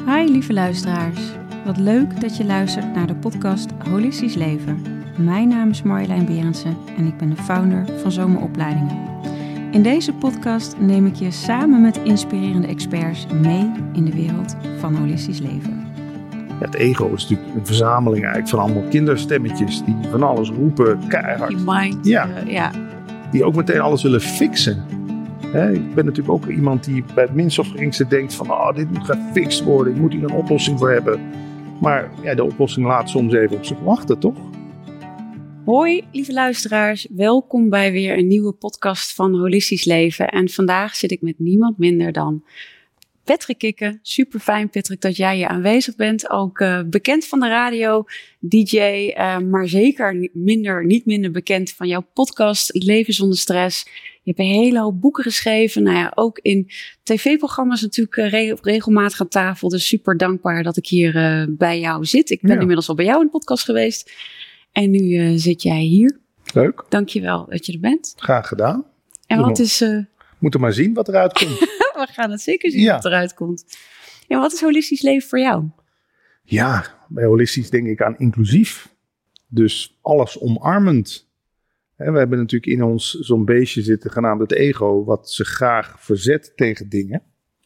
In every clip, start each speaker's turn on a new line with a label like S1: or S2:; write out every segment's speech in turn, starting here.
S1: Hi lieve luisteraars, wat leuk dat je luistert naar de podcast Holistisch Leven. Mijn naam is Marjolein Berendsen en ik ben de founder van Zomeropleidingen. In deze podcast neem ik je samen met inspirerende experts mee in de wereld van holistisch leven.
S2: Ja, het ego is natuurlijk een verzameling eigenlijk van allemaal kinderstemmetjes die van alles roepen, keihard.
S1: Je mind.
S2: Ja. Die ook meteen alles willen fixen. Ik ben natuurlijk ook iemand die bij het minst of geringste denkt van dit moet gefixt worden, ik moet hier een oplossing voor hebben. Maar ja, de oplossing laat soms even op zich wachten, toch?
S1: Hoi lieve luisteraars, welkom bij weer een nieuwe podcast van Holistisch Leven. En vandaag zit ik met niemand minder dan Patrick Kikken. Super fijn Patrick dat jij hier aanwezig bent. Ook bekend van de radio, DJ, maar zeker niet minder bekend van jouw podcast Leven zonder stress. Je hebt een hele hoop boeken geschreven. Nou ja, ook in tv-programma's natuurlijk regelmatig aan tafel. Dus super dankbaar dat ik hier bij jou zit. Ik ben inmiddels al bij jou in de podcast geweest. En nu zit jij hier.
S2: Leuk.
S1: Dankjewel dat je er bent.
S2: Graag gedaan.
S1: En wat is...
S2: Moeten maar zien wat eruit komt.
S1: We gaan het zeker zien wat eruit komt. En wat is holistisch leven voor jou?
S2: Ja, bij holistisch denk ik aan inclusief. Dus alles omarmend. We hebben natuurlijk in ons zo'n beestje zitten genaamd het ego, wat zich graag verzet tegen dingen.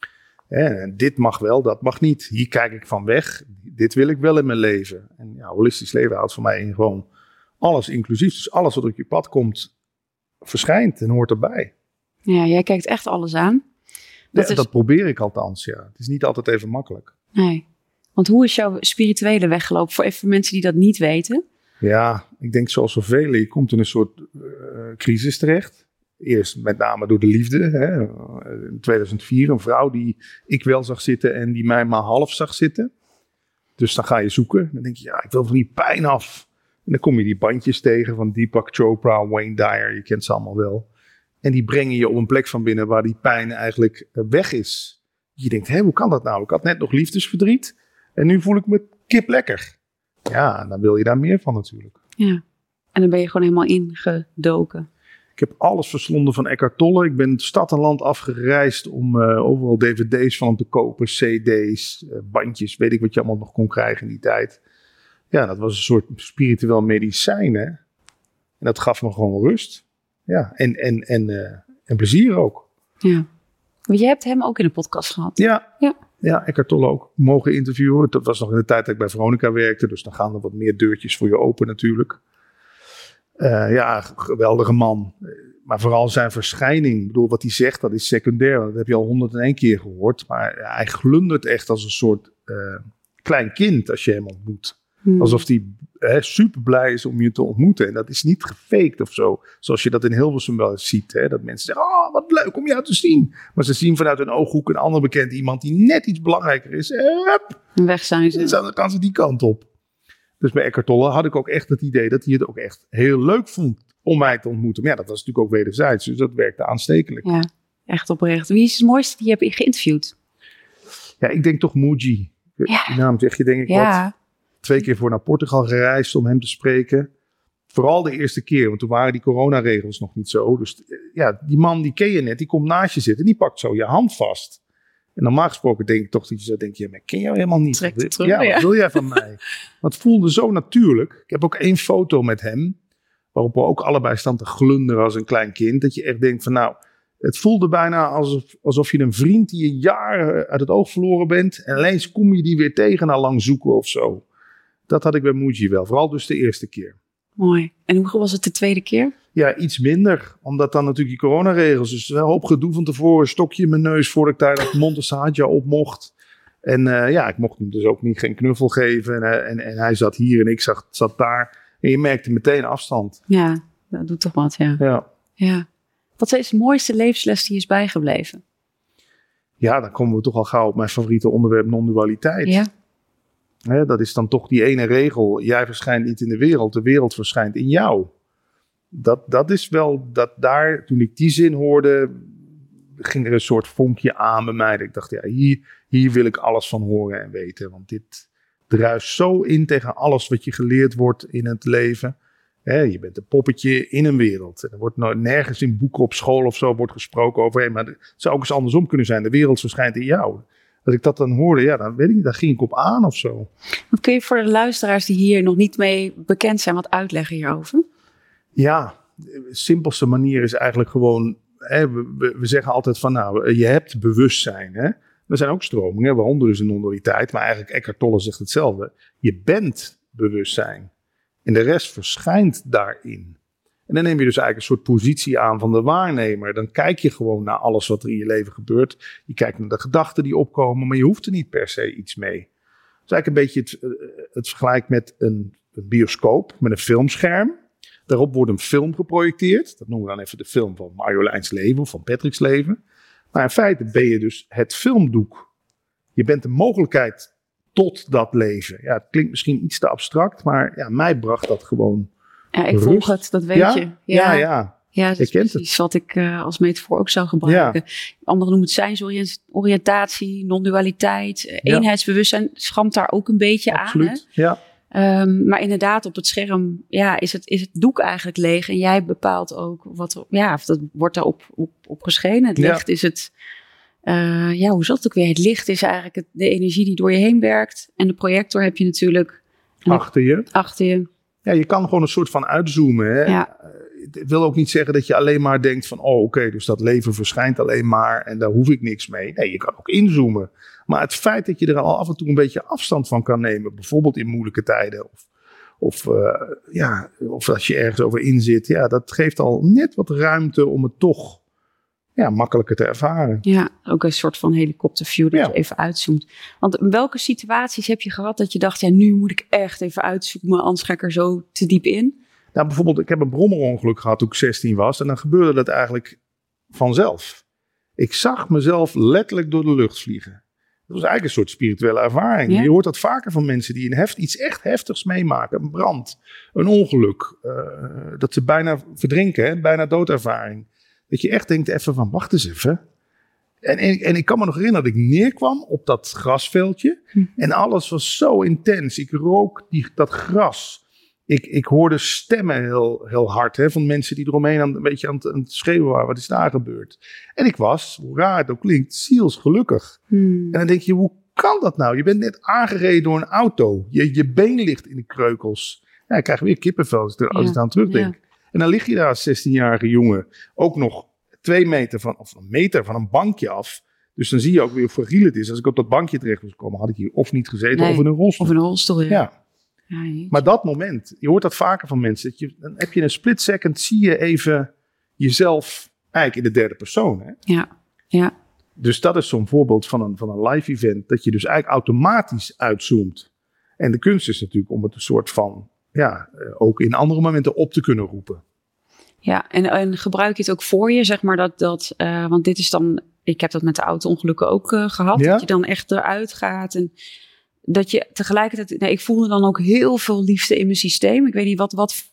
S2: Dit mag wel, dat mag niet. Hier kijk ik van weg. Dit wil ik wel in mijn leven. En ja, holistisch leven houdt voor mij in gewoon alles inclusief. Dus alles wat op je pad komt, verschijnt en hoort erbij.
S1: Ja, jij kijkt echt alles aan.
S2: Dat probeer ik althans, ja. Het is niet altijd even makkelijk.
S1: Nee, want hoe is jouw spirituele weg gelopen? Voor mensen die dat niet weten.
S2: Ja, ik denk zoals zoveel, je komt in een soort crisis terecht. Eerst met name door de liefde. In 2004 een vrouw die ik wel zag zitten en die mij maar half zag zitten. Dus dan ga je zoeken. Dan denk je, ik wil van die pijn af. En dan kom je die bandjes tegen van Deepak Chopra, Wayne Dyer. Je kent ze allemaal wel. En die brengen je op een plek van binnen waar die pijn eigenlijk weg is. Je denkt, hoe kan dat nou? Ik had net nog liefdesverdriet en nu voel ik me kip lekker. Ja, en dan wil je daar meer van natuurlijk.
S1: Ja, en dan ben je gewoon helemaal ingedoken.
S2: Ik heb alles verslonden van Eckhart Tolle. Ik ben stad en land afgereisd om overal dvd's van hem te kopen, cd's, bandjes, weet ik wat je allemaal nog kon krijgen in die tijd. Ja, dat was een soort spiritueel medicijn, hè. En dat gaf me gewoon rust. Ja, en plezier ook.
S1: Ja, want je hebt hem ook in de podcast gehad.
S2: Ja, Eckhart Tolle ook mogen interviewen. Dat was nog in de tijd dat ik bij Veronica werkte. Dus dan gaan er wat meer deurtjes voor je open natuurlijk. Geweldige man. Maar vooral zijn verschijning. Ik bedoel, wat hij zegt, dat is secundair. Dat heb je al 101 keer gehoord. Maar hij glundert echt als een soort klein kind als je hem ontmoet. Alsof hij super blij is om je te ontmoeten. En dat is niet gefaked of zo. Zoals je dat in Hilversum wel eens ziet. Dat mensen zeggen, wat leuk om jou te zien. Maar ze zien vanuit hun ooghoek een ander bekend iemand die net iets belangrijker is.
S1: Weg zijn ze.
S2: Dan gaan ze die kant op. Dus bij Eckhart Tolle had ik ook echt het idee dat hij het ook echt heel leuk vond om mij te ontmoeten. Maar ja, dat was natuurlijk ook wederzijds. Dus dat werkte aanstekelijk.
S1: Ja, echt oprecht. Wie is het mooiste die je hebt geïnterviewd?
S2: Ja, ik denk toch Mooji.
S1: Ja.
S2: Die naam zeg je denk ik wat. 2 keer voor naar Portugal gereisd om hem te spreken. Vooral de eerste keer, want toen waren die coronaregels nog niet zo. Dus ja, die man die ken je net, die komt naast je zitten. Die pakt zo je hand vast. En normaal gesproken denk ik toch dat je zo denkt, maar ik ken jou helemaal niet.
S1: Trek het terug,
S2: wat wil jij van mij? Want het voelde zo natuurlijk. Ik heb ook 1 foto met hem, waarop we ook allebei staan te glunderen als een klein kind. Dat je echt denkt van het voelde bijna alsof je een vriend die je jaren uit het oog verloren bent. En ineens kom je die weer tegen na lang zoeken of zo. Dat had ik bij Mooji wel. Vooral dus de eerste keer.
S1: Mooi. En hoe was het de tweede keer?
S2: Ja, iets minder. Omdat dan natuurlijk die coronaregels. Dus een hoop gedoe van tevoren. Stokje in mijn neus voordat ik daar dat Monte Sahaja op mocht. En ik mocht hem dus ook geen knuffel geven. En hij zat hier en ik zat daar. En je merkte meteen afstand.
S1: Ja, dat doet toch wat, ja. Wat is de mooiste levensles die is bijgebleven?
S2: Ja, dan komen we toch al gauw op mijn favoriete onderwerp non-dualiteit.
S1: Ja.
S2: Dat is dan toch die ene regel. Jij verschijnt niet in de wereld verschijnt in jou. Dat is wel, daar, toen ik die zin hoorde, ging er een soort vonkje aan bij mij. Dat ik dacht, hier wil ik alles van horen en weten. Want dit druist zo in tegen alles wat je geleerd wordt in het leven. Je bent een poppetje in een wereld. En er wordt nergens in boeken op school of zo wordt gesproken over. Maar het zou ook eens andersom kunnen zijn. De wereld verschijnt in jou. Als ik dat dan hoorde, dan weet ik niet, daar ging ik op aan of zo.
S1: Wat kun je voor de luisteraars die hier nog niet mee bekend zijn, wat uitleggen hierover?
S2: Ja, de simpelste manier is eigenlijk gewoon, we zeggen altijd van je hebt bewustzijn. Hè? Er zijn ook stromingen, waaronder dus een non-dualiteit, maar eigenlijk Eckhart Tolle zegt hetzelfde. Je bent bewustzijn en de rest verschijnt daarin. En dan neem je dus eigenlijk een soort positie aan van de waarnemer. Dan kijk je gewoon naar alles wat er in je leven gebeurt. Je kijkt naar de gedachten die opkomen, maar je hoeft er niet per se iets mee. Het is eigenlijk een beetje het vergelijk met een bioscoop, met een filmscherm. Daarop wordt een film geprojecteerd. Dat noemen we dan even de film van Marjoleins leven of van Patrick's leven. Maar in feite ben je dus het filmdoek. Je bent de mogelijkheid tot dat leven. Ja, het klinkt misschien iets te abstract, maar mij bracht dat gewoon
S1: ja, ik volg het, dat weet je.
S2: Ja.
S1: Ja, dat is precies wat ik als metafoor ook zou gebruiken. Ja. Anderen noemen het zijnsoriëntatie, non-dualiteit, eenheidsbewustzijn. Schramt daar ook een beetje
S2: Absoluut,
S1: aan. Hè?
S2: Ja.
S1: Maar inderdaad, op het scherm is het doek eigenlijk leeg. En jij bepaalt ook wat dat wordt daar op geschenen. Het licht is het. Hoe zat het ook weer? Het licht is eigenlijk de energie die door je heen werkt. En de projector heb je natuurlijk
S2: achter je. Ja, je kan gewoon een soort van uitzoomen. Hè?
S1: Ja.
S2: Het wil ook niet zeggen dat je alleen maar denkt van oké, dus dat leven verschijnt alleen maar en daar hoef ik niks mee. Nee, je kan ook inzoomen. Maar het feit dat je er al af en toe een beetje afstand van kan nemen, bijvoorbeeld in moeilijke tijden of als je ergens over inzit, dat geeft al net wat ruimte om het toch makkelijker te ervaren. Ja,
S1: ook een soort van helikopterview dat je even uitzoomt. Want in welke situaties heb je gehad dat je dacht, nu moet ik echt even uitzoomen, anders ga ik er zo te diep in?
S2: Nou, bijvoorbeeld, ik heb een brommerongeluk gehad toen ik 16 was en dan gebeurde dat eigenlijk vanzelf. Ik zag mezelf letterlijk door de lucht vliegen. Dat was eigenlijk een soort spirituele ervaring. Ja. Je hoort dat vaker van mensen die iets echt heftigs meemaken. Een brand, een ongeluk, dat ze bijna verdrinken, bijna doodervaring. Dat je echt denkt even van, wacht eens even. En ik kan me nog herinneren dat ik neerkwam op dat grasveldje. En alles was zo intens. Ik rook dat gras. Ik hoorde stemmen heel hard van mensen die eromheen een beetje aan het schreeuwen waren. Wat is daar gebeurd? En ik was, hoe raar het ook klinkt, zielsgelukkig. En dan denk je, hoe kan dat nou? Je bent net aangereden door een auto. Je been ligt in de kreukels. Ja, ik krijg weer kippenvel als ik aan terugdenk. Ja. En dan lig je daar als 16-jarige jongen ook nog 2 meter of een meter van een bankje af. Dus dan zie je ook weer hoe fragiel het is. Als ik op dat bankje terecht was gekomen, had ik hier of niet gezeten of in een rolstoel.
S1: Of in een rolstoel, ja.
S2: Maar dat moment, je hoort dat vaker van mensen. Dan heb je een split second, zie je even jezelf eigenlijk in de derde persoon. Hè?
S1: Ja.
S2: Dus dat is zo'n voorbeeld van een live event. Dat je dus eigenlijk automatisch uitzoomt. En de kunst is natuurlijk om het een soort van, ook in andere momenten op te kunnen roepen.
S1: Ja, en gebruik je het ook voor je, zeg maar, want dit is dan, ik heb dat met de auto-ongelukken ook gehad. Ja? Dat je dan echt eruit gaat en dat je tegelijkertijd, ik voelde dan ook heel veel liefde in mijn systeem. Ik weet niet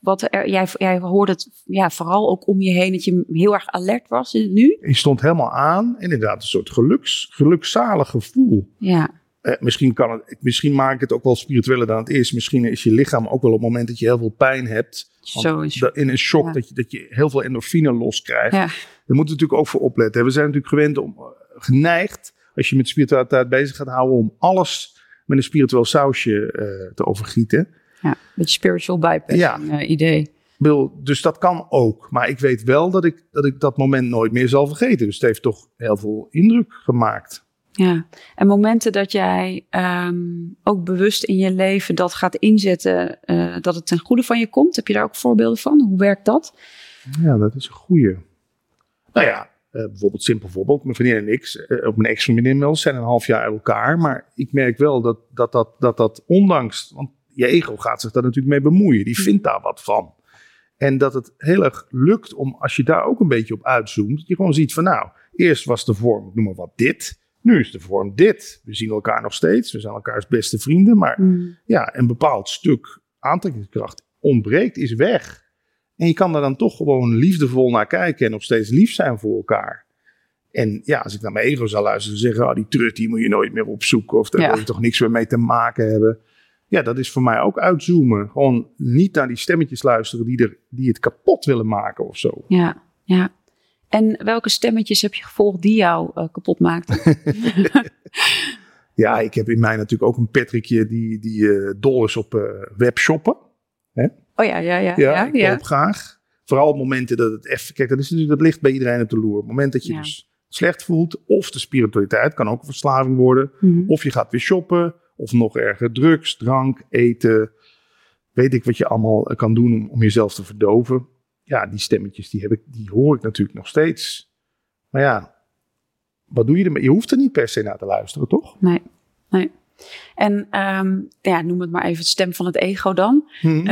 S1: jij hoorde het vooral ook om je heen, dat je heel erg alert was in het nu.
S2: Je stond helemaal aan, inderdaad een soort gelukzalig gevoel.
S1: Ja.
S2: Misschien maak ik het ook wel spiritueler dan het is. Misschien is je lichaam ook wel op het moment dat je heel veel pijn hebt. In een shock dat je heel veel endorfine loskrijgt. Ja. Daar moeten we natuurlijk ook voor opletten. We zijn natuurlijk gewend geneigd, als je met spiritualiteit bezig gaat houden, om alles met een spiritueel sausje te overgieten.
S1: Ja, een beetje spiritual bypassing idee.
S2: Dus dat kan ook. Maar ik weet wel dat ik dat moment nooit meer zal vergeten. Dus het heeft toch heel veel indruk gemaakt.
S1: Ja, en momenten dat jij ook bewust in je leven dat gaat inzetten, dat het ten goede van je komt. Heb je daar ook voorbeelden van? Hoe werkt dat?
S2: Ja, dat is een goeie. Nou ja, bijvoorbeeld simpel voorbeeld. Mijn vriendin en ik, op mijn ex-vriendin inmiddels, zijn een half jaar uit elkaar. Maar ik merk wel dat ondanks, want je ego gaat zich daar natuurlijk mee bemoeien. Die vindt daar wat van. En dat het heel erg lukt om, als je daar ook een beetje op uitzoomt, dat je gewoon ziet van eerst was de vorm, ik noem maar wat, dit. Nu is de vorm dit. We zien elkaar nog steeds. We zijn elkaars beste vrienden. Maar een bepaald stuk aantrekkingskracht ontbreekt, is weg. En je kan daar dan toch gewoon liefdevol naar kijken en nog steeds lief zijn voor elkaar. En als ik naar mijn ego zou luisteren en zeggen, die trut, die moet je nooit meer opzoeken. Of daar wil je toch niks meer mee te maken hebben. Ja, dat is voor mij ook uitzoomen. Gewoon niet naar die stemmetjes luisteren die het kapot willen maken of zo.
S1: Ja. En welke stemmetjes heb je gevolgd die jou kapot maakten?
S2: Ja, ik heb in mij natuurlijk ook een Patrickje die dol is op webshoppen. Hè?
S1: Oh ja.
S2: Ik koop graag. Vooral op momenten dat het even... Kijk, dat ligt bij iedereen op de loer. Op het moment dat je dus slecht voelt, of de spiritualiteit, kan ook een verslaving worden.
S1: Mm-hmm.
S2: Of je gaat weer shoppen, of nog erger drugs, drank, eten. Weet ik wat je allemaal kan doen om jezelf te verdoven. Ja, die stemmetjes, die hoor ik natuurlijk nog steeds. Maar ja, wat doe je ermee? Je hoeft er niet per se naar te luisteren, toch?
S1: Nee. En noem het maar even het stem van het ego dan.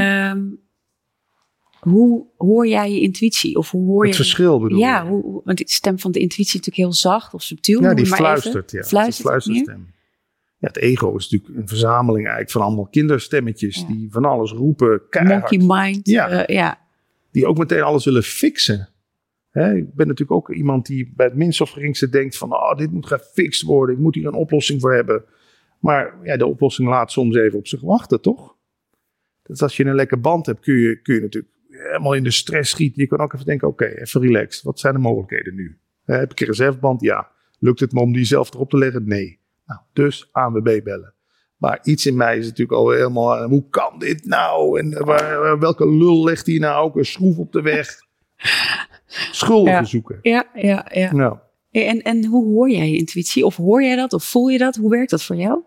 S1: Hoe hoor jij je intuïtie? Of hoe hoor
S2: het verschil bedoel je?
S1: Ja, want de stem van de intuïtie is natuurlijk heel zacht of subtiel.
S2: Ja, die fluistert. Ja,
S1: fluisterstem.
S2: Ja, het ego is natuurlijk een verzameling eigenlijk van allemaal kinderstemmetjes die van alles roepen. Keihard.
S1: Monkey mind.
S2: Die ook meteen alles willen fixen. Hè, ik ben natuurlijk ook iemand die bij het minst of geringste denkt van... dit moet gefixt worden, ik moet hier een oplossing voor hebben. Maar ja, de oplossing laat soms even op zich wachten, toch? Dus als je een lekker band hebt, kun je natuurlijk helemaal in de stress schieten. Je kan ook even denken, oké, even relaxed. Wat zijn de mogelijkheden nu? Heb ik een reserveband? Ja. Lukt het me om die zelf erop te leggen? Nee. Nou, dus ANWB bellen. Maar iets in mij is natuurlijk al helemaal... hoe kan dit nou? En welke lul legt hier nou ook een schroef op de weg? Schuldigen zoeken.
S1: Ja.
S2: Nou.
S1: En hoe hoor jij je intuïtie? Of hoor jij dat? Of voel je dat? Hoe werkt dat voor jou?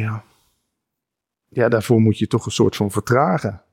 S2: Ja, daarvoor moet je toch een soort van vertragen.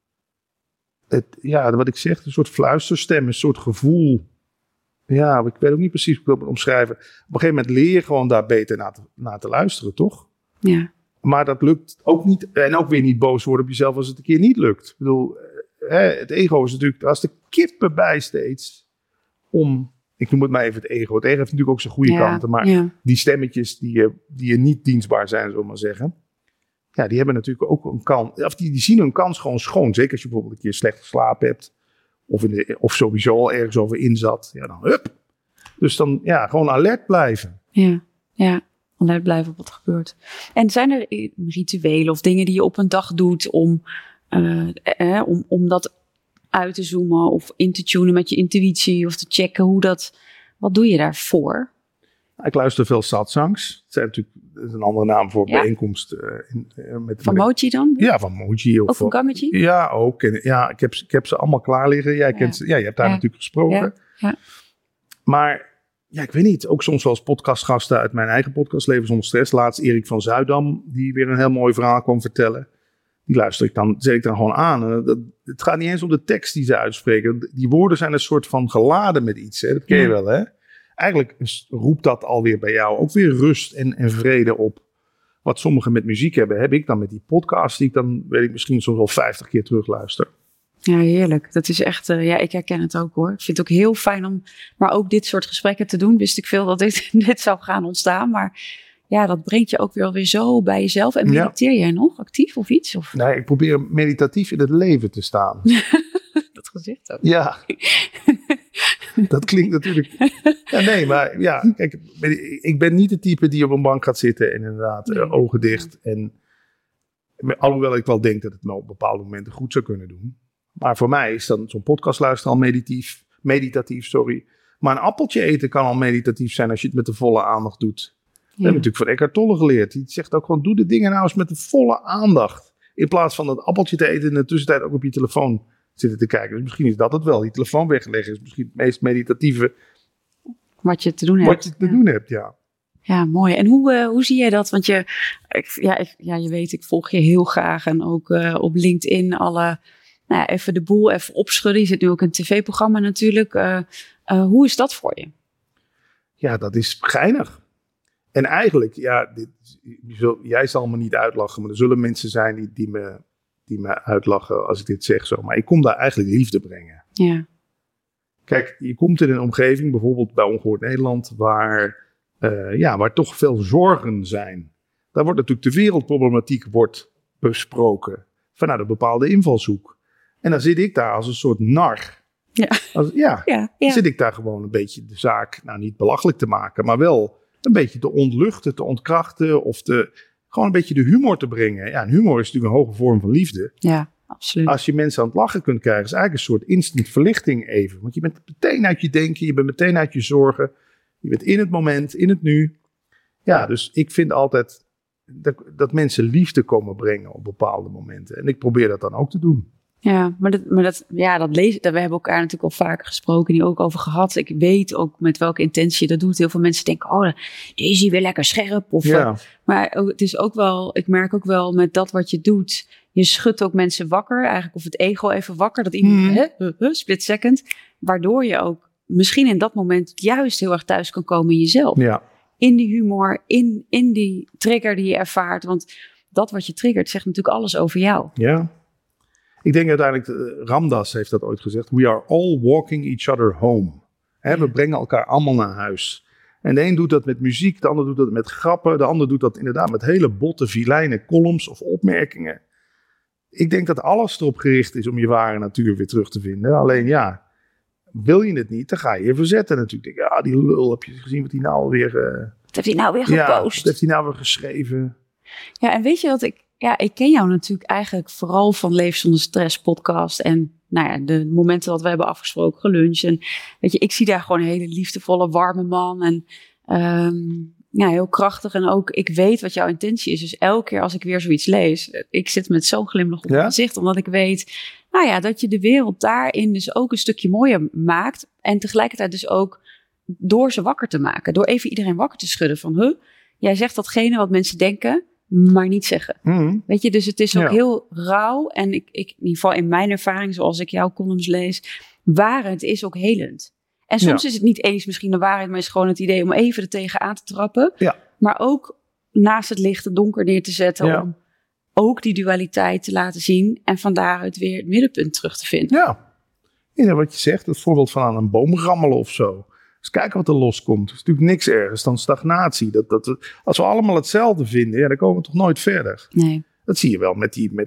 S2: Wat ik zeg, een soort fluisterstem, een soort gevoel. Ja, ik weet ook niet precies hoe ik dat moet omschrijven. Op een gegeven moment leer je gewoon daar beter naar te luisteren, toch?
S1: Ja.
S2: Maar dat lukt ook niet. En ook weer niet boos worden op jezelf als het een keer niet lukt. Ik bedoel, het ego is natuurlijk als de kippen bij steeds om... Ik noem het maar even het ego. Het ego heeft natuurlijk ook zijn goede kanten. Maar die stemmetjes die je niet dienstbaar zijn, zullen we maar zeggen. Ja, die hebben natuurlijk ook een kans. Of die zien hun kans gewoon schoon. Zeker als je bijvoorbeeld een keer slecht geslapen hebt. Of sowieso al ergens over inzat. Ja, dan hup. Dus dan gewoon alert blijven.
S1: Ja. Alert blijven op wat er gebeurt. En zijn er rituelen of dingen die je op een dag doet om dat uit te zoomen of in te tunen met je intuïtie of te checken wat doe je daarvoor?
S2: Ik luister veel satsangs. Dat is een andere naam voor bijeenkomst.
S1: Van Moji dan?
S2: Ja, van Moji.
S1: Of van Gamaji?
S2: Ja, ook. En, ik heb ze allemaal klaar liggen. Jij kent ze. Ja, je hebt daar natuurlijk gesproken.
S1: Ja.
S2: Maar ik weet niet. Ook soms wel als podcastgasten uit mijn eigen podcast Leven zonder stress. Laatst Erik van Zuidam, die weer een heel mooi verhaal kwam vertellen. Die zet ik dan gewoon aan. Het gaat niet eens om de tekst die ze uitspreken. Die woorden zijn een soort van geladen met iets. Hè? Dat ken je wel, hè? Eigenlijk roept dat alweer bij jou ook weer rust en vrede op. Wat sommigen met muziek hebben, heb ik dan met die podcast die ik dan, weet ik, misschien soms wel 50 keer terugluister.
S1: Ja, heerlijk. Dat is echt, ik herken het ook hoor. Ik vind het ook heel fijn om maar ook dit soort gesprekken te doen. Wist ik veel dat dit zou gaan ontstaan, maar... Ja, dat brengt je ook weer zo bij jezelf. En mediteer jij nog actief of iets? Of?
S2: Nee, ik probeer meditatief in het leven te staan.
S1: Dat gezicht ook.
S2: Ja. Dat klinkt natuurlijk... Ja, nee, maar kijk, ik ben niet de type die op een bank gaat zitten en inderdaad ogen dicht. En, alhoewel ik wel denk dat het me op bepaalde momenten goed zou kunnen doen. Maar voor mij is dan zo'n podcast luisteren al meditatief. Maar een appeltje eten kan al meditatief zijn als je het met de volle aandacht doet. We hebben natuurlijk van Eckhart Tolle geleerd. Die zegt ook gewoon, doe de dingen nou eens met de volle aandacht. In plaats van dat appeltje te eten en in de tussentijd ook op je telefoon zitten te kijken. Dus misschien is dat het wel. Die telefoon wegleggen is misschien het meest meditatieve.
S1: Wat je te doen
S2: hebt. Ja.
S1: Ja, mooi. En hoe zie jij dat? Want je weet, ik volg je heel graag. En ook op LinkedIn even de boel even opschudden. Je zit nu ook in een tv-programma natuurlijk. Hoe is dat voor je?
S2: Ja, dat is geinig. En eigenlijk, jij zal me niet uitlachen, maar er zullen mensen zijn die me uitlachen als ik dit zeg zo. Maar ik kom daar eigenlijk liefde brengen.
S1: Ja.
S2: Kijk, je komt in een omgeving, bijvoorbeeld bij Ongehoord Nederland, waar toch veel zorgen zijn. Daar wordt natuurlijk de wereldproblematiek besproken vanuit een bepaalde invalshoek. En dan zit ik daar als een soort nar.
S1: Ja.
S2: Zit ik daar gewoon een beetje de zaak, niet belachelijk te maken, maar wel een beetje te ontluchten, te ontkrachten of gewoon een beetje de humor te brengen. Ja, en humor is natuurlijk een hoge vorm van liefde.
S1: Ja. absoluut.
S2: Als je mensen aan het lachen kunt krijgen, is eigenlijk een soort instant verlichting even. Want je bent meteen uit je denken, je bent meteen uit je zorgen. Je bent in het moment, in het nu. Ja, dus ik vind altijd dat mensen liefde komen brengen op bepaalde momenten. En ik probeer dat dan ook te doen.
S1: Ja, maar dat lezen, we hebben elkaar natuurlijk al vaker gesproken, die ook over gehad. Ik weet ook met welke intentie je dat doet. Heel veel mensen denken, die is hier weer lekker scherp. Maar het is ook wel, ik merk ook wel met dat wat je doet, je schudt ook mensen wakker, eigenlijk of het ego even wakker, dat iemand, split second, waardoor je ook misschien in dat moment juist heel erg thuis kan komen in jezelf.
S2: Ja.
S1: In die humor, in die trigger die je ervaart. Want dat wat je triggert zegt natuurlijk alles over jou.
S2: Ja. Ik denk uiteindelijk, Ramdas heeft dat ooit gezegd. We are all walking each other home. We brengen elkaar allemaal naar huis. En de een doet dat met muziek, de ander doet dat met grappen. De ander doet dat inderdaad met hele botte vilijnen, columns of opmerkingen. Ik denk dat alles erop gericht is om je ware natuur weer terug te vinden. Alleen wil je het niet, dan ga je je verzetten natuurlijk. Denk, die lul, heb je gezien wat hij nou alweer...
S1: Wat heeft hij nou weer gepost?
S2: Wat heeft hij nou weer geschreven?
S1: Ja, en weet je wat ik ken jou natuurlijk eigenlijk vooral van Leef zonder Stress podcast. En de momenten dat we hebben afgesproken, geluncht. En weet je, ik zie daar gewoon een hele liefdevolle, warme man. En heel krachtig. En ook, ik weet wat jouw intentie is. Dus elke keer als ik weer zoiets lees, ik zit met zo'n glimlach op mijn gezicht. Omdat ik weet, dat je de wereld daarin dus ook een stukje mooier maakt. En tegelijkertijd dus ook door ze wakker te maken. Door even iedereen wakker te schudden van, jij zegt datgene wat mensen denken, maar niet zeggen. Weet je, dus het is ook heel rauw. En ik, in ieder geval in mijn ervaring, zoals ik jouw columns lees, waarheid is ook helend. En soms is het niet eens misschien de waarheid, maar is gewoon het idee om even er tegenaan te trappen. Ja. Maar ook naast het licht het donker neer te zetten om ook die dualiteit te laten zien en van daaruit weer het middenpunt terug te vinden.
S2: Ja, wat je zegt, het voorbeeld van aan een boom rammelen of zo. Dus kijken wat er loskomt. Er is natuurlijk niks ergens dan stagnatie. Als we allemaal hetzelfde vinden, dan komen we toch nooit verder.
S1: Nee.
S2: Dat zie je wel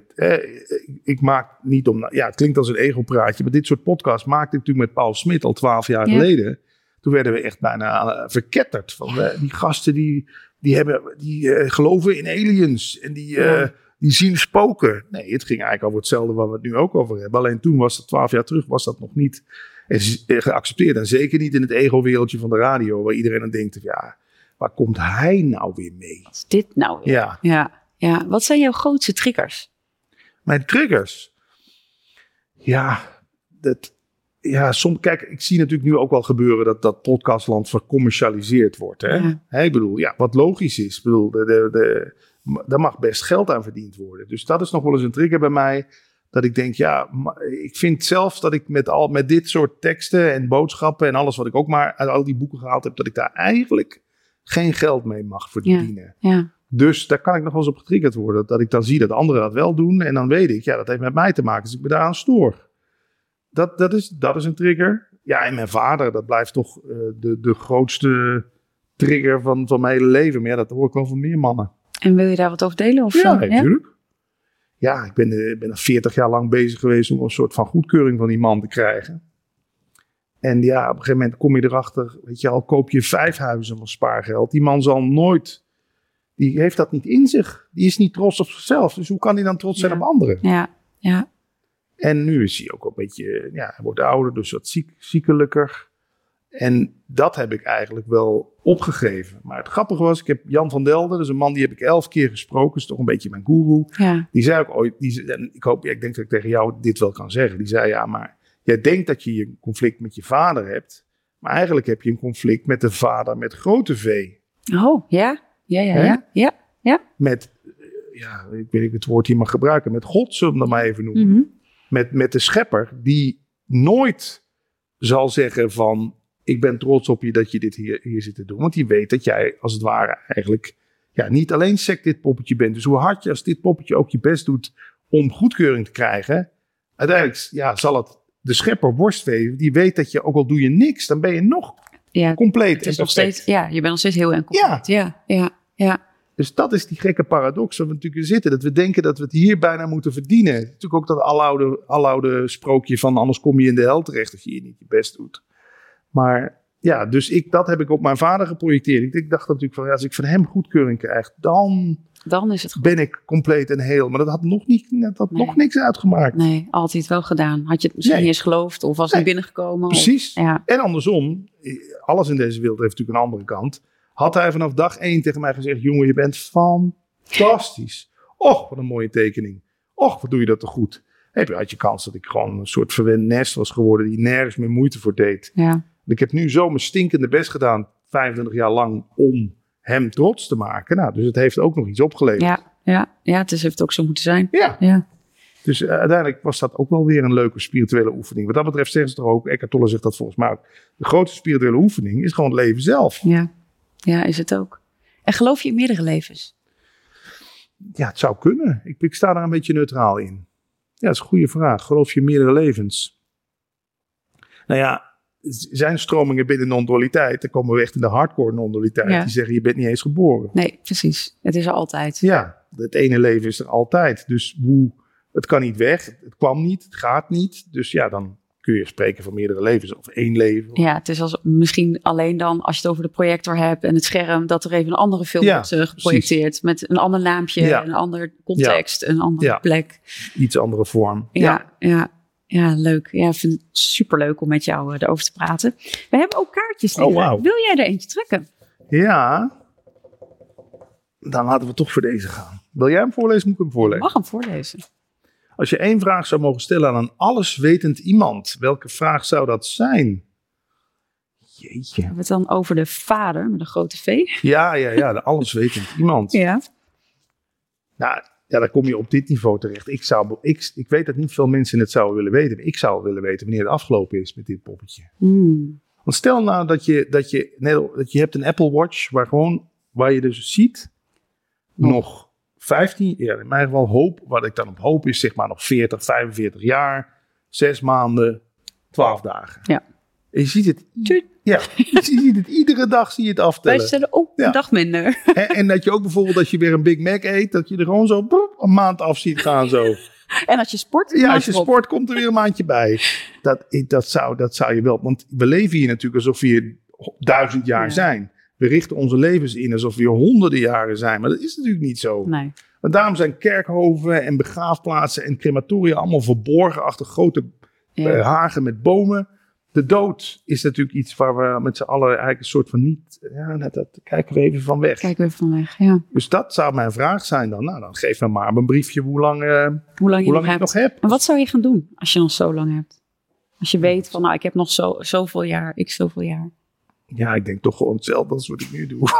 S2: ik maak niet om... Ja, het klinkt als een ego-praatje, maar dit soort podcasts maakte ik natuurlijk met Paul Smit al 12 jaar geleden. Toen werden we echt bijna verketterd. Van, die gasten die geloven in aliens en die zien spoken. Nee, het ging eigenlijk over hetzelfde waar we het nu ook over hebben. Alleen toen was het 12 jaar terug, was dat nog niet geaccepteerd. En zeker niet in het ego-wereldje van de radio, waar iedereen dan denkt, waar komt hij nou weer mee?
S1: Wat is dit nou weer? Ja. Wat zijn jouw grootste triggers?
S2: Mijn triggers? Soms, kijk, ik zie natuurlijk nu ook wel gebeuren dat podcastland vercommercialiseerd wordt. Hè? Ja. Ik bedoel, wat logisch is. Ik bedoel, daar mag best geld aan verdiend worden. Dus dat is nog wel eens een trigger bij mij. Dat ik denk, ik vind zelfs dat ik met dit soort teksten en boodschappen en alles wat ik ook maar uit al die boeken gehaald heb, dat ik daar eigenlijk geen geld mee mag verdienen. Ja. Dus daar kan ik nog wel eens op getriggerd worden. Dat ik dan zie dat anderen dat wel doen. En dan weet ik, dat heeft met mij te maken. Dus ik me daaraan stoor. Dat is een trigger. Ja, en mijn vader, dat blijft toch de grootste trigger van mijn hele leven. Maar dat hoor ik wel van meer mannen.
S1: En wil je daar wat over delen? Of
S2: ja, natuurlijk. Ja, ik ben er 40 jaar lang bezig geweest om een soort van goedkeuring van die man te krijgen. En op een gegeven moment kom je erachter, koop je 5 huizen van spaargeld. Die man zal nooit, die heeft dat niet in zich. Die is niet trots op zichzelf. Dus hoe kan hij dan trots zijn op anderen?
S1: Ja.
S2: En nu is hij ook een beetje, hij wordt ouder, dus wat ziekelijker. En dat heb ik eigenlijk wel opgegeven. Maar het grappige was, ik heb Jan van Delden, dus een man die heb ik 11 keer gesproken. Is toch een beetje mijn goeroe. Ja. Die zei ook ooit, ik denk dat ik tegen jou dit wel kan zeggen. Die zei, maar jij denkt dat je een conflict met je vader hebt. Maar eigenlijk heb je een conflict met de vader met grote V.
S1: Oh, ja.
S2: Met, ik weet niet het woord hier mag gebruiken. Met God, zullen we hem maar even noemen. Mm-hmm. Met de schepper die nooit zal zeggen van, ik ben trots op je dat je dit hier zit te doen. Want die weet dat jij als het ware eigenlijk niet alleen dit poppetje bent. Dus hoe hard je als dit poppetje ook je best doet om goedkeuring te krijgen. Uiteindelijk zal het de schepper worstweven. Die weet dat je, ook al doe je niks, dan ben je nog compleet.
S1: Het is nog steeds, je bent nog steeds heel en compleet. Ja.
S2: Dus dat is die gekke paradox waar we natuurlijk in zitten. Dat we denken dat we het hier bijna moeten verdienen. Natuurlijk ook dat aloude sprookje van anders kom je in de hel terecht als je hier niet je best doet. Maar Ja, dus dat heb ik op mijn vader geprojecteerd. Ik dacht natuurlijk van, als ik van hem goedkeuring krijg, dan
S1: is het goed.
S2: ben ik compleet en heel. Maar dat had nog niks uitgemaakt.
S1: Nee, altijd wel gedaan. Had je het misschien niet eens geloofd of was het niet binnengekomen?
S2: Precies.
S1: Ja.
S2: En andersom, alles in deze wereld heeft natuurlijk een andere kant. Had hij vanaf dag 1 tegen mij gezegd, jongen, je bent fantastisch. Och, wat een mooie tekening. Och, wat doe je dat toch goed. Had je kans dat ik gewoon een soort verwend nest was geworden die nergens meer moeite voor deed.
S1: Ja.
S2: Ik heb nu zo mijn stinkende best gedaan, 25 jaar lang, om hem trots te maken. Nou, dus het heeft ook nog iets opgeleverd.
S1: Ja, het heeft ook zo moeten zijn.
S2: Ja. Dus uiteindelijk was dat ook wel weer een leuke spirituele oefening. Wat dat betreft zeggen ze toch ook, Eckhart Tolle zegt dat volgens mij ook. De grootste spirituele oefening is gewoon het leven zelf.
S1: Ja, is het ook. En geloof je in meerdere levens?
S2: Ja, het zou kunnen. Ik sta daar een beetje neutraal in. Ja, dat is een goede vraag. Geloof je in meerdere levens? Nou ja, zijn stromingen binnen non-dualiteit, dan komen we echt in de hardcore non-dualiteit. Ja. Die zeggen, je bent niet eens geboren.
S1: Nee, precies. Het is er altijd.
S2: Ja, het ene leven is er altijd. Dus het kan niet weg, het kwam niet, het gaat niet. Dus ja, dan kun je spreken van meerdere levens of één leven.
S1: Ja, het is als misschien alleen dan als je het over de projector hebt en het scherm, dat er even een andere film wordt geprojecteerd. Precies. Met een ander naampje, een ander context, een andere plek.
S2: Iets andere vorm.
S1: Ja, leuk. Ja, ik vind het superleuk om met jou erover te praten. We hebben ook kaartjes liggen.
S2: Oh, wow.
S1: Wil jij er eentje trekken?
S2: Ja, dan laten we toch voor deze gaan. Wil jij hem voorlezen? Moet ik hem voorlezen?
S1: Mag hem voorlezen.
S2: Als je 1 vraag zou mogen stellen aan een alleswetend iemand, welke vraag zou dat zijn? Jeetje.
S1: Hebben we het dan over de vader met een grote V?
S2: Ja, de alleswetend iemand.
S1: Ja.
S2: Nou, dan kom je op dit niveau terecht. Ik weet dat niet veel mensen het zouden willen weten. Ik zou willen weten wanneer het afgelopen is met dit poppetje. Want stel nou dat je hebt een Apple Watch waar je dus ziet nog 15, in mijn geval wat ik dan op hoop is zeg maar nog 40, 45 jaar, 6 maanden, 12 dagen.
S1: Ja.
S2: En je ziet het, je ziet het iedere dag zie je het aftellen.
S1: Wij stellen een dag minder.
S2: En dat je ook bijvoorbeeld als je weer een Big Mac eet, dat je er gewoon zo een maand af ziet gaan zo.
S1: En als je sport?
S2: Ja, als je sport komt er weer een maandje bij. Dat zou je wel, want we leven hier natuurlijk alsof we hier 1000 jaar zijn. We richten onze levens in alsof we hier honderden jaren zijn. Maar dat is natuurlijk niet zo.
S1: Nee.
S2: Want daarom zijn kerkhoven en begraafplaatsen en crematoria allemaal verborgen achter grote hagen met bomen. De dood is natuurlijk iets waar we met z'n allen eigenlijk een soort van niet... Ja, dat kijken we even van weg.
S1: Ja.
S2: Dus dat zou mijn vraag zijn dan. Nou, dan geef me maar een briefje hoe lang je nog hebt.
S1: En wat zou je gaan doen als je nog zo lang hebt? Als je weet van, ik heb nog zoveel jaar, zoveel jaar.
S2: Ja, ik denk toch gewoon hetzelfde als wat ik nu doe.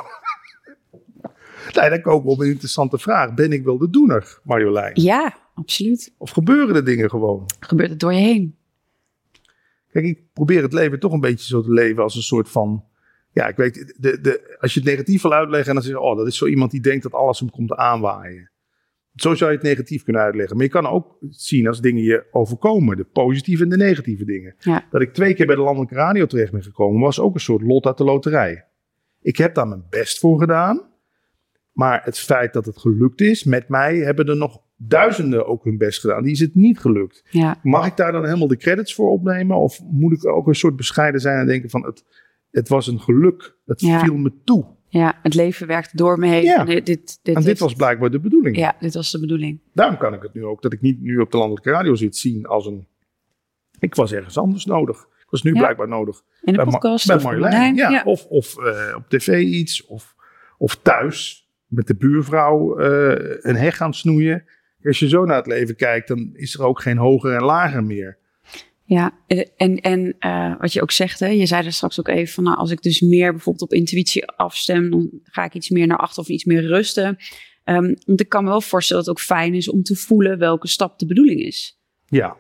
S2: Nee, dan komen we op een interessante vraag. Ben ik wel de doener, Marjolein?
S1: Ja, absoluut.
S2: Of gebeuren de dingen gewoon?
S1: Gebeurt het door je heen?
S2: Kijk, ik probeer het leven toch een beetje zo te leven als een soort van... Ja, ik weet, als je het negatief wil uitleggen en dan zeg je... dat is zo iemand die denkt dat alles hem komt aanwaaien. Zo zou je het negatief kunnen uitleggen. Maar je kan ook zien als dingen je overkomen. De positieve en de negatieve dingen.
S1: Ja.
S2: Dat ik 2 keer bij de Landelijke Radio terecht ben gekomen... was ook een soort lot uit de loterij. Ik heb daar mijn best voor gedaan. Maar het feit dat het gelukt is met mij... hebben er nog duizenden ook hun best gedaan. Die is het niet gelukt.
S1: Ja.
S2: Mag ik daar dan helemaal de credits voor opnemen? Of moet ik ook een soort bescheiden zijn en denken van... het was een geluk. Het viel me toe.
S1: Ja, het leven werkt door me heen.
S2: Ja.
S1: En
S2: dit was blijkbaar de bedoeling.
S1: Ja, dit was de bedoeling.
S2: Daarom kan ik het nu ook, dat ik niet nu op de Landelijke Radio zit, zien als een... Ik was ergens anders nodig. Ik was nu blijkbaar nodig.
S1: In de podcast.
S2: Bij Marjolein.
S1: Ja.
S2: Of op tv iets. Of thuis met de buurvrouw een heg gaan snoeien. Als je zo naar het leven kijkt, dan is er ook geen hoger en lager meer.
S1: Ja, en wat je ook zegt, hè, je zei er straks ook even van, als ik dus meer bijvoorbeeld op intuïtie afstem, dan ga ik iets meer naar achter of iets meer rusten. Want ik kan me wel voorstellen dat het ook fijn is om te voelen welke stap de bedoeling is.
S2: Ja,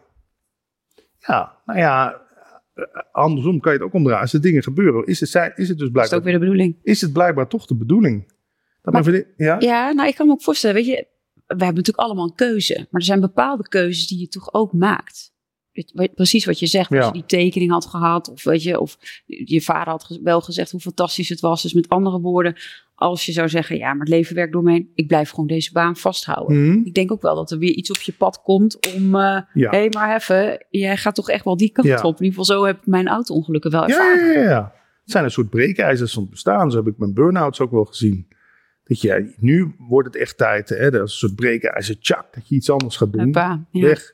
S2: nou ja, andersom kan je het ook omdraaien. Als er dingen gebeuren, is het dus blijkbaar...
S1: Is het ook weer de bedoeling?
S2: Is het blijkbaar toch de bedoeling?
S1: Ja, nou ik kan me ook voorstellen, weet je, we hebben natuurlijk allemaal een keuze. Maar er zijn bepaalde keuzes die je toch ook maakt. Precies wat je zegt, als je die tekening had gehad, of weet je, of je vader had wel gezegd hoe fantastisch het was. Dus met andere woorden, als je zou zeggen, ja, maar het leven werkt door me heen, ik blijf gewoon deze baan vasthouden. Ik denk ook wel dat er weer iets op je pad komt om, hé, maar even, jij gaat toch echt wel die kant op. In ieder geval zo heb ik mijn auto-ongelukken wel ervaren.
S2: Ja. Het zijn een soort breekijzers van het bestaan. Zo heb ik mijn burn-outs ook wel gezien. Dat je, nu wordt het echt tijd, hè, dat is een soort breekijzer, tjak, dat je iets anders gaat doen.
S1: Hoppa, ja.
S2: Weg.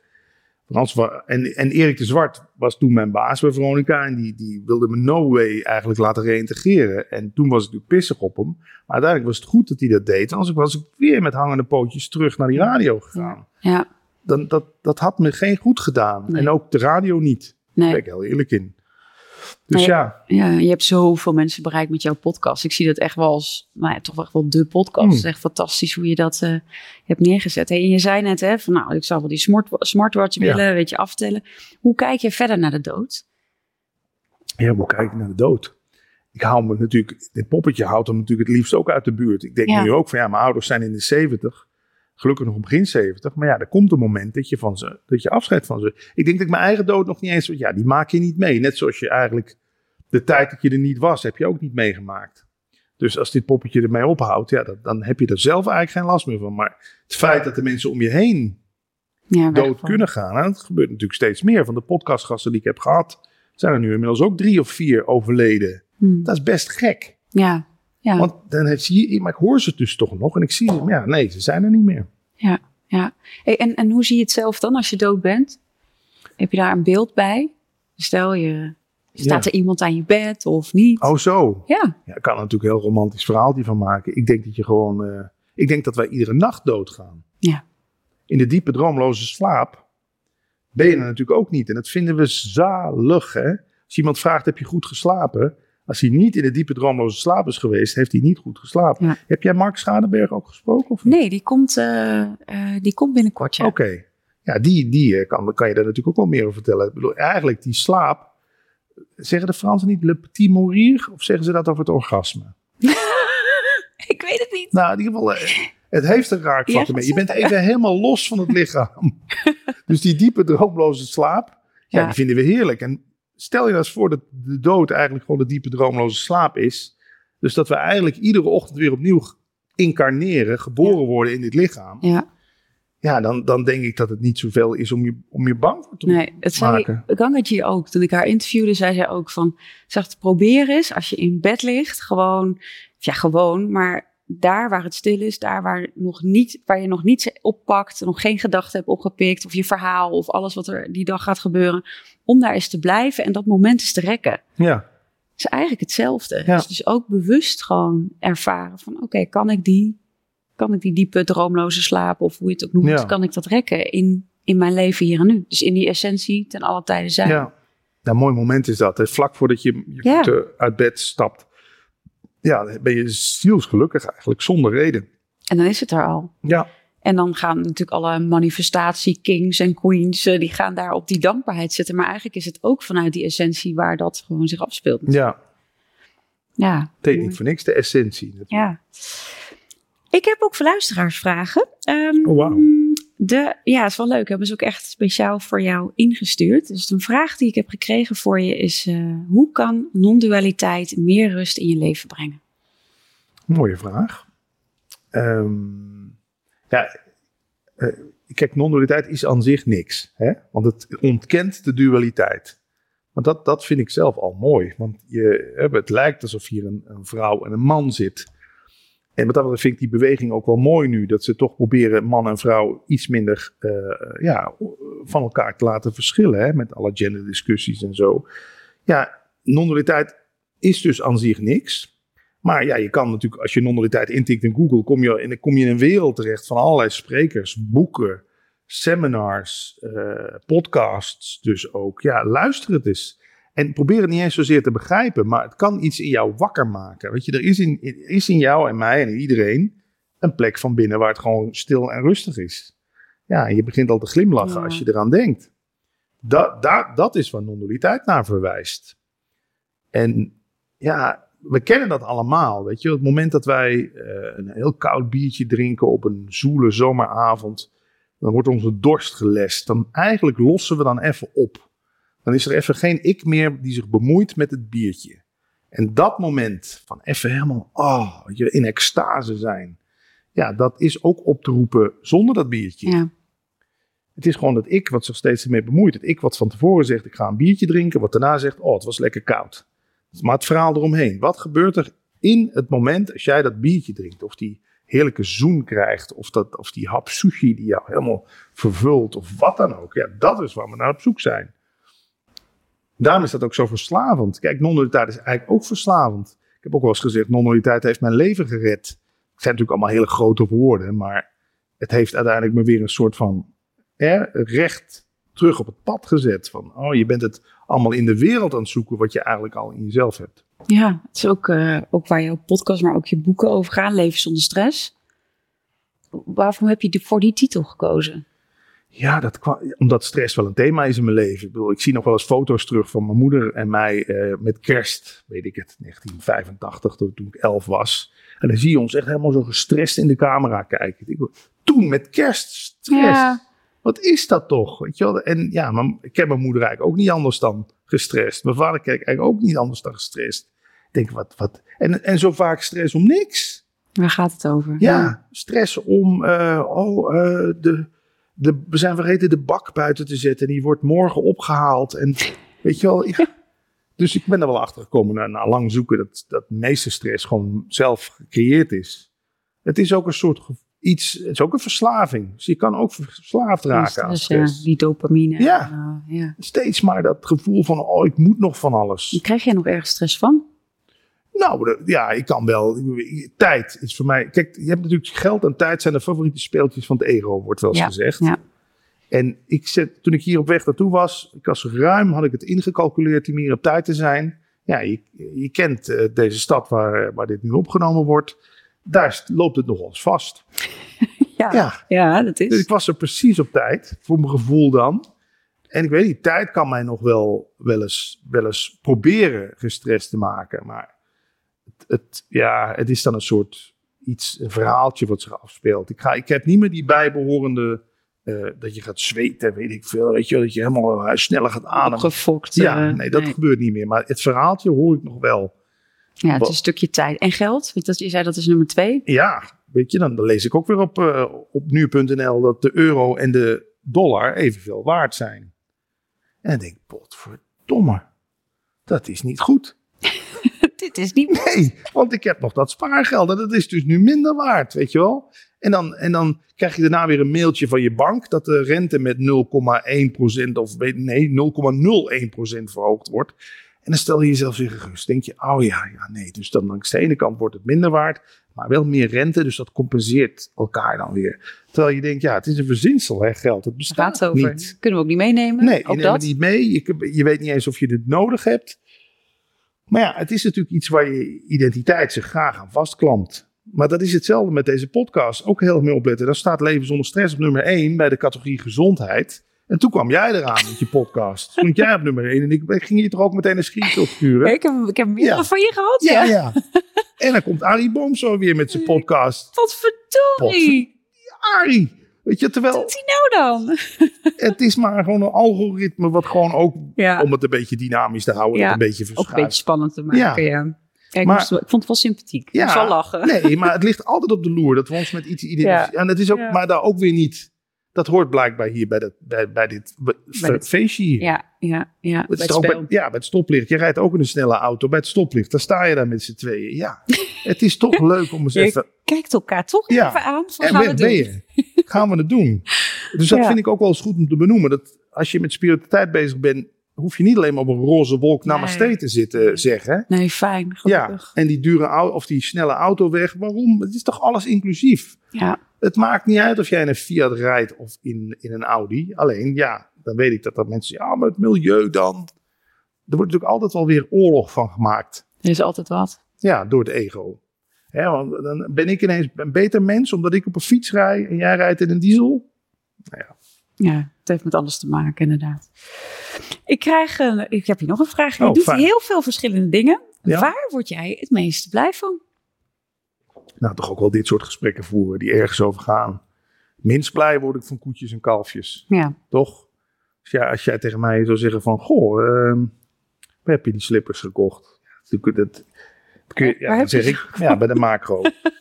S2: En Erik de Zwart was toen mijn baas bij Veronica. En die wilde me no way eigenlijk laten reïntegreren. En toen was ik natuurlijk pissig op hem. Maar uiteindelijk was het goed dat hij dat deed. En anders was ik weer met hangende pootjes terug naar die radio gegaan.
S1: Ja.
S2: Dat had me geen goed gedaan.
S1: Nee.
S2: En ook de radio niet. Daar ben ik heel eerlijk in. Dus ja,
S1: je hebt zoveel mensen bereikt met jouw podcast. Ik zie dat echt wel als, toch echt wel de podcast. Het is echt fantastisch hoe je dat hebt neergezet. Hey, en je zei net, hè, van ik zou wel die smartwatch willen, weet je, aftellen. Hoe kijk je verder naar de dood?
S2: Ja, hoe kijk ik naar de dood? Ik hou me natuurlijk, dit poppetje houdt hem natuurlijk het liefst ook uit de buurt. Ik denk nu ook van mijn ouders zijn in de 70. Gelukkig nog begin 70. Maar er komt een moment dat je afscheid van ze. Ik denk dat ik mijn eigen dood nog niet eens, die maak je niet mee. Net zoals je eigenlijk de tijd dat je er niet was, heb je ook niet meegemaakt. Dus als dit poppetje ermee ophoudt, dan heb je er zelf eigenlijk geen last meer van. Maar het feit dat de mensen om je heen dood kunnen gaan, dat gebeurt natuurlijk steeds meer. Van de podcastgasten die ik heb gehad, zijn er nu inmiddels ook 3 of 4 overleden. Dat is best gek.
S1: Ja.
S2: Want dan zie je, maar ik hoor ze dus toch nog en ik zie ze, nee, ze zijn er niet meer.
S1: Ja. Hey, en hoe zie je het zelf dan als je dood bent? Heb je daar een beeld bij? Stel je... Staat er iemand aan je bed of niet?
S2: Oh zo.
S1: Ja.
S2: Ik kan er natuurlijk een heel romantisch verhaaltje van maken. Ik denk dat je gewoon... ik denk dat wij iedere nacht doodgaan.
S1: Ja.
S2: In de diepe droomloze slaap ben je er natuurlijk ook niet. En dat vinden we zalig, hè. Als iemand vraagt, heb je goed geslapen? Als hij niet in de diepe droomloze slaap is geweest, heeft hij niet goed geslapen. Ja. Heb jij Mark Schadenberg ook gesproken? Of niet?
S1: Nee, die komt binnenkort, ja.
S2: Oké. Ja, die kan je daar natuurlijk ook wel meer over vertellen. Ik bedoel, eigenlijk die slaap... Zeggen de Fransen niet le petit mourir? Of zeggen ze dat over het orgasme?
S1: Ik weet het niet.
S2: Nou, in ieder geval, het heeft een raakvlak ermee. Je bent even helemaal los van het lichaam. Dus die diepe droomloze slaap, die vinden we heerlijk. En stel je nou eens voor dat de dood eigenlijk gewoon de diepe droomloze slaap is. Dus dat we eigenlijk iedere ochtend weer opnieuw incarneren, geboren worden in dit lichaam.
S1: Ja.
S2: Ja, dan denk ik dat het niet zoveel is om je bang voor te maken.
S1: Het zei Gangaji ook. Toen ik haar interviewde, zei zij ook van... Zegt, probeer eens als je in bed ligt, gewoon, maar daar waar het stil is, daar waar je nog niets oppakt, nog geen gedachten hebt opgepikt, of je verhaal, of alles wat er die dag gaat gebeuren, om daar eens te blijven en dat moment eens te rekken.
S2: Ja.
S1: Het is eigenlijk hetzelfde. Ja. Dus ook bewust gewoon ervaren van, oké, kan ik die diepe droomloze slaap, of hoe je het ook noemt, kan ik dat rekken in mijn leven hier en nu. Dus in die essentie ten alle tijden zijn.
S2: Ja, een mooi moment is dat. Hè? Vlak voordat je voeten uit bed stapt. Ja, dan ben je zielsgelukkig eigenlijk, zonder reden.
S1: En dan is het er al.
S2: Ja.
S1: En dan gaan natuurlijk alle manifestatie-kings en queens, die gaan daar op die dankbaarheid zitten. Maar eigenlijk is het ook vanuit die essentie waar dat gewoon zich afspeelt.
S2: Ja.
S1: Ja.
S2: Het heet niet voor niks de essentie natuurlijk.
S1: Ja. Ik heb ook voor luisteraarsvragen.
S2: Wauw.
S1: Het is wel leuk. Hebben ze ook echt speciaal voor jou ingestuurd. Dus een vraag die ik heb gekregen voor je is... hoe kan non-dualiteit meer rust in je leven brengen?
S2: Mooie vraag. Kijk, non-dualiteit is aan zich niks. Hè? Want het ontkent de dualiteit. Maar dat vind ik zelf al mooi. Want het lijkt alsof hier een vrouw en een man zit... En wat dat betreft vind ik die beweging ook wel mooi nu. Dat ze toch proberen man en vrouw iets minder van elkaar te laten verschillen. Hè, met alle genderdiscussies en zo. Ja, non-dualiteit is dus aan zich niks. Maar ja, je kan natuurlijk, als je non-dualiteit intikt in Google, kom je in een wereld terecht van allerlei sprekers, boeken, seminars, podcasts dus ook. Ja, luister het eens. En probeer het niet eens zozeer te begrijpen, maar het kan iets in jou wakker maken. Weet je, er is in jou en mij en in iedereen een plek van binnen waar het gewoon stil en rustig is. Ja, en je begint al te glimlachen als je eraan denkt. Dat is waar non-dualiteit naar verwijst. En ja, we kennen dat allemaal. Weet je, op het moment dat wij een heel koud biertje drinken op een zoele zomeravond, dan wordt onze dorst gelest. Dan eigenlijk lossen we dan even op. Dan is er even geen ik meer die zich bemoeit met het biertje. En dat moment van even helemaal in extase zijn. Ja, dat is ook op te roepen zonder dat biertje.
S1: Ja.
S2: Het is gewoon dat ik wat zich steeds ermee bemoeit. Het ik wat van tevoren zegt, ik ga een biertje drinken. Wat daarna zegt, het was lekker koud. Maar het verhaal eromheen. Wat gebeurt er in het moment als jij dat biertje drinkt? Of die heerlijke zoen krijgt. Of die hap sushi die jou helemaal vervult. Of wat dan ook. Ja, dat is waar we naar op zoek zijn. Daarom is dat ook zo verslavend. Kijk, non-dualiteit is eigenlijk ook verslavend. Ik heb ook wel eens gezegd, non-dualiteit heeft mijn leven gered. Het zijn natuurlijk allemaal hele grote woorden. Maar het heeft uiteindelijk me weer een soort van recht terug op het pad gezet. Van, je bent het allemaal in de wereld aan het zoeken wat je eigenlijk al in jezelf hebt.
S1: Ja, het is ook waar jouw podcast, maar ook je boeken over gaan. Leven zonder stress. Waarom heb je voor die titel gekozen?
S2: Ja, omdat stress wel een thema is in mijn leven. Ik bedoel, ik zie nog wel eens foto's terug van mijn moeder en mij met kerst, weet ik het, 1985, toen ik 11 was. En dan zie je ons echt helemaal zo gestrest in de camera kijken. Toen met kerststress. Ja. Wat is dat toch? Weet je wel? En ja, ik heb mijn moeder eigenlijk ook niet anders dan gestrest. Mijn vader keek eigenlijk ook niet anders dan gestrest. Ik denk, wat? En zo vaak stress om niks.
S1: Waar gaat het over?
S2: Ja, stress om, we zijn vergeten de bak buiten te zetten. En die wordt morgen opgehaald. En weet je wel, ja. Dus ik ben er wel achter gekomen na lang zoeken dat de meeste stress gewoon zelf gecreëerd is. Het is ook een soort iets, het is ook een verslaving. Dus je kan ook verslaafd raken aan stress.
S1: Ja, die dopamine.
S2: Ja. Steeds maar dat gevoel van, ik moet nog van alles.
S1: Krijg jij nog ergens stress van?
S2: Nou, ik kan wel. Tijd is voor mij. Kijk, je hebt natuurlijk geld en tijd zijn de favoriete speeltjes van het ego, wordt wel eens gezegd. Ja. En toen ik hier op weg naartoe was, had ik het ingecalculeerd om hier op tijd te zijn. Ja, je kent deze stad waar dit nu opgenomen wordt. Daar loopt het nogal eens vast.
S1: Ja, dat is.
S2: Dus ik was er precies op tijd, voor mijn gevoel dan. En ik weet niet, tijd kan mij nog wel eens proberen gestrest te maken. Maar het is dan een soort een verhaaltje wat zich afspeelt. Ik heb niet meer die bijbehorende, dat je gaat zweten, weet ik veel. Weet je, dat je helemaal sneller gaat ademen.
S1: Opgefokt.
S2: Dat gebeurt niet meer. Maar het verhaaltje hoor ik nog wel.
S1: Ja, het is een stukje tijd. En geld? Je zei dat is nummer 2.
S2: Ja, weet je, dan lees ik ook weer op nu.nl dat de euro en de dollar evenveel waard zijn. En dan denk ik, potverdomme, dat is niet goed.
S1: Dit is niet goed.
S2: Nee, want ik heb nog dat spaargeld en dat is dus nu minder waard, weet je wel. En dan krijg je daarna weer een mailtje van je bank dat de rente met 0,1% of 0,01% verhoogd wordt. En dan stel je jezelf weer gerust. Denk je, nee. Dus dan langs de ene kant wordt het minder waard, maar wel meer rente. Dus dat compenseert elkaar dan weer. Terwijl je denkt, het is een verzinsel, geld. Het bestaat niet.
S1: Kunnen we ook niet meenemen?
S2: Nee, je neemt het niet mee. Je weet niet eens of je het nodig hebt. Maar ja, het is natuurlijk iets waar je identiteit zich graag aan vastklampt. Maar dat is hetzelfde met deze podcast. Ook heel erg mee opletten. Daar staat leven zonder stress op nummer 1 bij de categorie gezondheid. En toen kwam jij eraan met je podcast. Stond jij op nummer 1 en ik ging je toch ook meteen een screenshot sturen.
S1: Ik heb meer van je gehad.
S2: Ja. En dan komt Arie Boom zo weer met zijn podcast.
S1: Wat verdorie.
S2: Arie. Weet je, terwijl...
S1: Wat doet hij nou dan?
S2: Het is maar gewoon een algoritme wat gewoon ook, om het een beetje dynamisch te houden, het een beetje verschuift.
S1: Ook een beetje spannend te maken, ja. Kijk, ik vond het wel sympathiek. Ik moest wel lachen.
S2: Nee, maar het ligt altijd op de loer dat we ons met iets identificeren. Ja. En dat is ook, maar daar ook weer niet. Dat hoort blijkbaar hier bij dit feestje hier.
S1: Ja. Bij het
S2: spel. Bij het stoplicht. Je rijdt ook in een snelle auto. Bij het stoplicht, daar sta je daar met z'n tweeën. Ja, het is toch leuk om eens even...
S1: Kijkt elkaar toch even aan.
S2: Gaan we het doen? Dus dat vind ik ook wel eens goed om te benoemen. Dat als je met spiritualiteit bezig bent, hoef je niet alleen maar op een roze wolk namaste te zitten zeggen.
S1: Nee, fijn. Gelukkig.
S2: Ja, en die dure auto of die snelle auto weg. Waarom? Het is toch alles inclusief?
S1: Ja.
S2: Het maakt niet uit of jij in een Fiat rijdt of in een Audi. Alleen, dan weet ik dat mensen zeggen, maar het milieu dan. Er wordt natuurlijk altijd wel weer oorlog van gemaakt.
S1: Er is altijd wat.
S2: Ja, door het ego. Ja, want dan ben ik ineens een beter mens omdat ik op een fiets rijd en jij rijdt in een diesel. Nou ja.
S1: Ja, het heeft met alles te maken, inderdaad. Ik heb hier nog een vraag. Je doet heel veel verschillende dingen. Ja? Waar word jij het meest blij van?
S2: Nou, toch ook wel dit soort gesprekken voeren die ergens over gaan. Minst blij word ik van koetjes en kalfjes.
S1: Ja.
S2: Toch? Dus als jij tegen mij zou zeggen van, waar heb je die slippers gekocht? Dan zeg ik, bij de macro.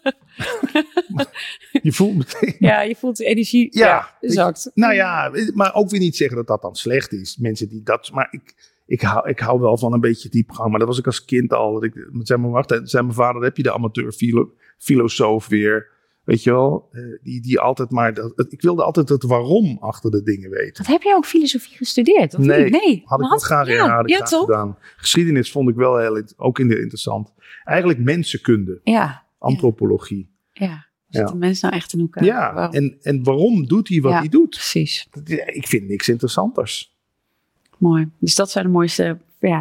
S2: Je voelt meteen...
S1: Ja, je voelt de energie. Ja, exact.
S2: Nou ja, maar ook weer niet zeggen dat dat dan slecht is. Mensen die dat... Maar ik hou wel van een beetje diepgang. Maar dat was ik als kind al. Dat ik zei mijn vader, dan heb je de amateur-filosoof weer. Weet je wel? Die altijd maar... ik wilde altijd het waarom achter de dingen weten.
S1: Wat, heb jij ook filosofie gestudeerd? Of
S2: nee,
S1: niet? Nee,
S2: had ik wel graag gedaan. Geschiedenis vond ik wel ook interessant. Eigenlijk mensenkunde.
S1: Ja.
S2: Antropologie.
S1: Ja. Zit de mens nou echt in elkaar?
S2: Ja,
S1: wow.
S2: en waarom doet hij wat hij doet?
S1: Precies.
S2: Ik vind niks interessanters.
S1: Mooi. Dus dat zijn de mooiste...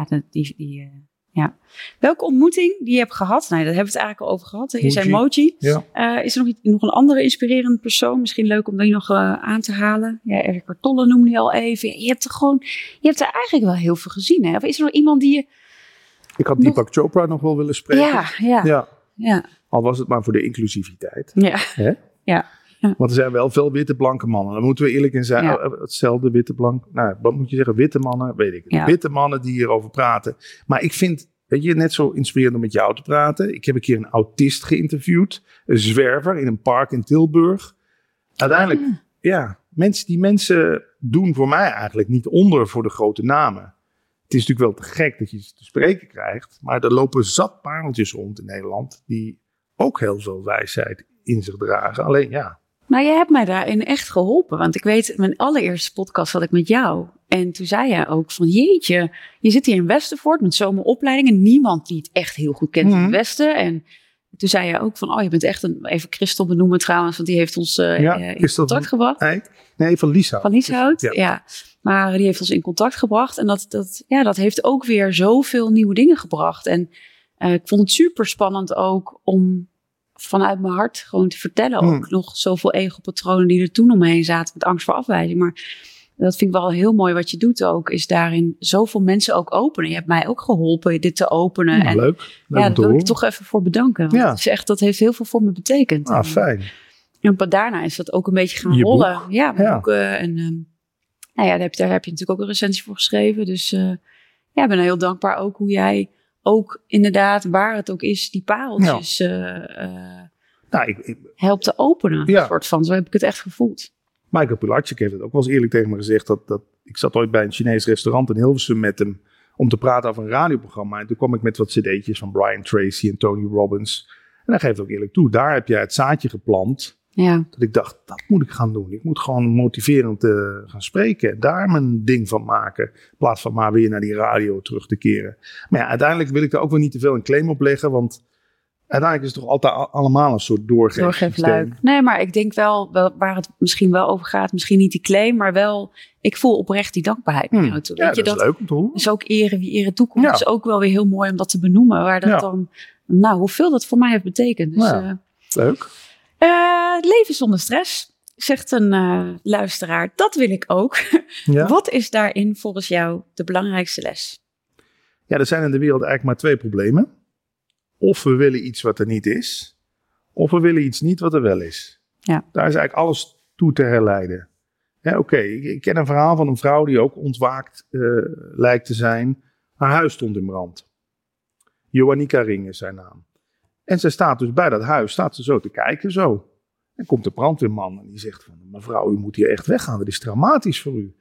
S1: Ja. Welke ontmoeting die je hebt gehad? Nou, daar hebben we het eigenlijk al over gehad. Je zei Moji. Ja. Is er nog een andere inspirerende persoon? Misschien leuk om die nog aan te halen. Ja, Eckhart Tolle noemde je al even. Je hebt er eigenlijk wel heel veel gezien. Hè? Of is er nog iemand die je...
S2: Ik had Deepak Chopra nog wel willen spreken.
S1: Ja.
S2: Al was het maar voor de inclusiviteit.
S1: Ja.
S2: Hè?
S1: Ja.
S2: Want er zijn wel veel witte blanke mannen. Dan moeten we eerlijk in zijn. Ja. Hetzelfde witte blank. Nou, wat moet je zeggen? Witte mannen, weet ik. Ja. Witte mannen die hierover praten. Maar ik vind, weet je, net zo inspirerend om met jou te praten. Ik heb een keer een autist geïnterviewd. Een zwerver in een park in Tilburg. Uiteindelijk, die mensen doen voor mij eigenlijk niet onder voor de grote namen. Het is natuurlijk wel te gek dat je ze te spreken krijgt. Maar er lopen zat pareltjes rond in Nederland. Die ook heel veel wijsheid in zich dragen. Alleen
S1: Maar jij hebt mij daarin echt geholpen. Want ik weet, mijn allereerste podcast had ik met jou. En toen zei jij ook van jeetje, je zit hier in Westervoort met zomeropleidingen. Niemand die het echt heel goed kent in het Westen. En toen zei jij ook van, je bent echt even Christel benoemen trouwens. Want die heeft ons in contact gebracht.
S2: Nee, van Lieshout.
S1: Van Lieshout, ja. Maar die heeft ons in contact gebracht. En dat heeft ook weer zoveel nieuwe dingen gebracht. En ik vond het super spannend ook om vanuit mijn hart gewoon te vertellen. Ook nog zoveel ego-patronen die er toen omheen zaten met angst voor afwijzing. Maar dat vind ik wel heel mooi wat je doet ook. Is daarin zoveel mensen ook openen. Je hebt mij ook geholpen dit te openen.
S2: Ja, leuk.
S1: Daar wil ik toch even voor bedanken. Want dat heeft heel veel voor me betekend.
S2: Ah, fijn.
S1: En daarna is dat ook een beetje gaan rollen.
S2: Boek.
S1: Ja, mijn boeken. En daar heb je natuurlijk ook een recensie voor geschreven. Dus ik ben heel dankbaar ook hoe jij ook inderdaad, waar het ook is, die pareltjes helpt te openen. Een soort van. Zo heb ik het echt gevoeld.
S2: Michael Pilarczyk heeft het ook wel eens eerlijk tegen me gezegd. Dat ik zat ooit bij een Chinees restaurant in Hilversum met hem om te praten over een radioprogramma. En toen kwam ik met wat cd'tjes van Brian Tracy en Tony Robbins. En hij geeft ook eerlijk toe, daar heb jij het zaadje geplant. Ja. Dat ik dacht, dat moet ik gaan doen. Ik moet gewoon motiverend gaan spreken. En daar mijn ding van maken. In plaats van maar weer naar die radio terug te keren. Maar uiteindelijk wil ik daar ook wel niet te veel een claim op leggen. Want uiteindelijk is het toch altijd allemaal een soort doorgeefluik.
S1: Nee, maar ik denk wel waar het misschien wel over gaat. Misschien niet die claim, maar wel... Ik voel oprecht die dankbaarheid.
S2: Weet je, dat is leuk om te horen.
S1: Is ook eren wie eren toekomt. Het is ook wel weer heel mooi om dat te benoemen. Waar dat dan... Nou, hoeveel dat voor mij heeft betekend. Dus,
S2: leuk.
S1: Leven zonder stress, zegt een luisteraar. Dat wil ik ook. Ja. Wat is daarin volgens jou de belangrijkste les?
S2: Ja, er zijn in de wereld eigenlijk maar twee problemen. Of we willen iets wat er niet is. Of we willen iets niet wat er wel is. Ja. Daar is eigenlijk alles toe te herleiden. Oké, ik ken een verhaal van een vrouw die ook ontwaakt lijkt te zijn. Haar huis stond in brand. Joannika Ring is zijn naam. En ze staat dus bij dat huis, staat ze zo te kijken, zo. En komt de brandweerman en die zegt van, mevrouw, u moet hier echt weggaan, dat is dramatisch voor u.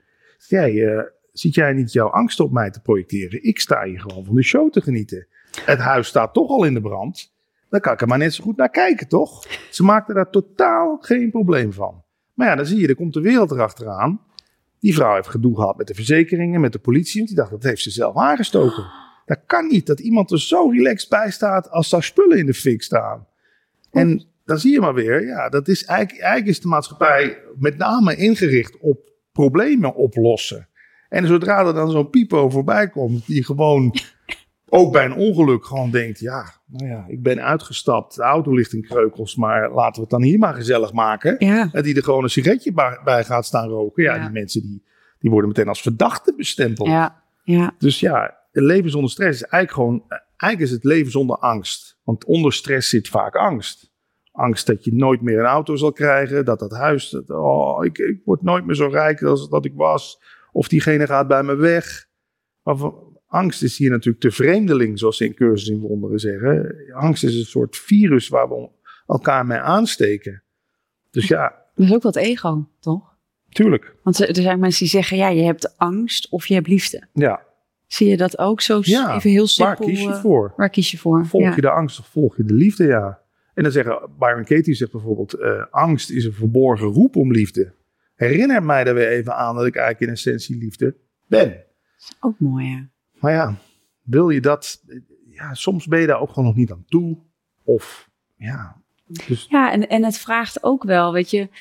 S2: Ziet jij niet jouw angst op mij te projecteren? Ik sta hier gewoon van de show te genieten. Het huis staat toch al in de brand. Dan kan ik er maar net zo goed naar kijken, toch? Ze maakte daar totaal geen probleem van. Maar ja, dan zie je, er komt de wereld erachteraan. Die vrouw heeft gedoe gehad met de verzekeringen, met de politie. Want die dacht, dat heeft ze zelf aangestoken. Dat kan niet, dat iemand er zo relaxed bij staat als daar spullen in de fik staan. En dan zie je maar weer, dat is eigenlijk is de maatschappij met name ingericht op problemen oplossen. En zodra er dan zo'n piepo voorbij komt, die gewoon ook bij een ongeluk gewoon denkt, ik ben uitgestapt, de auto ligt in kreukels, maar laten we het dan hier maar gezellig maken. Ja. En die er gewoon een sigaretje bij gaat staan roken. Ja, die mensen die worden meteen als verdachte bestempeld. Ja. Dus het leven zonder stress is eigenlijk is het leven zonder angst. Want onder stress zit vaak angst. Angst dat je nooit meer een auto zal krijgen. Dat huis, ik word nooit meer zo rijk als dat ik was. Of diegene gaat bij me weg. Maar angst is hier natuurlijk de vreemdeling, zoals ze in Cursus in Wonderen zeggen. Angst is een soort virus waar we elkaar mee aansteken. Dus
S1: dat is ook wat ego, toch?
S2: Tuurlijk.
S1: Want er zijn mensen die zeggen, je hebt angst of je hebt liefde.
S2: Ja.
S1: Zie je dat ook zo even heel simpel?
S2: Waar kies je voor?
S1: Waar kies je voor?
S2: Volg je de angst of volg je de liefde? Ja. En dan zeggen Byron Katie zegt bijvoorbeeld, angst is een verborgen roep om liefde. Herinner mij er weer even aan dat ik eigenlijk in essentie liefde ben.
S1: Dat is ook mooi, ja.
S2: Maar ja, wil je dat? Ja, soms ben je daar ook gewoon nog niet aan toe. Of ja. Dus...
S1: Ja, en het vraagt ook wel, weet je,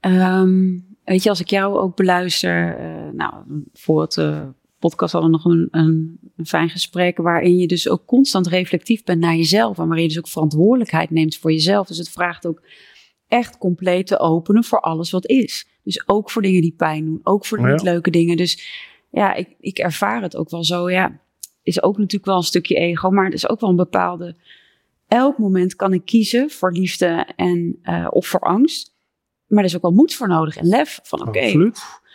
S1: als ik jou ook beluister, voor het podcast hadden we nog een fijn gesprek waarin je dus ook constant reflectief bent naar jezelf en waarin je dus ook verantwoordelijkheid neemt voor jezelf. Dus het vraagt ook echt compleet te openen voor alles wat is. Dus ook voor dingen die pijn doen, ook voor de niet leuke dingen. Dus ja, ik ervaar het ook wel zo. Ja, is ook natuurlijk wel een stukje ego, maar het is ook wel een bepaalde. Elk moment kan ik kiezen voor liefde of voor angst. Maar er is ook wel moed voor nodig en lef. Van oké,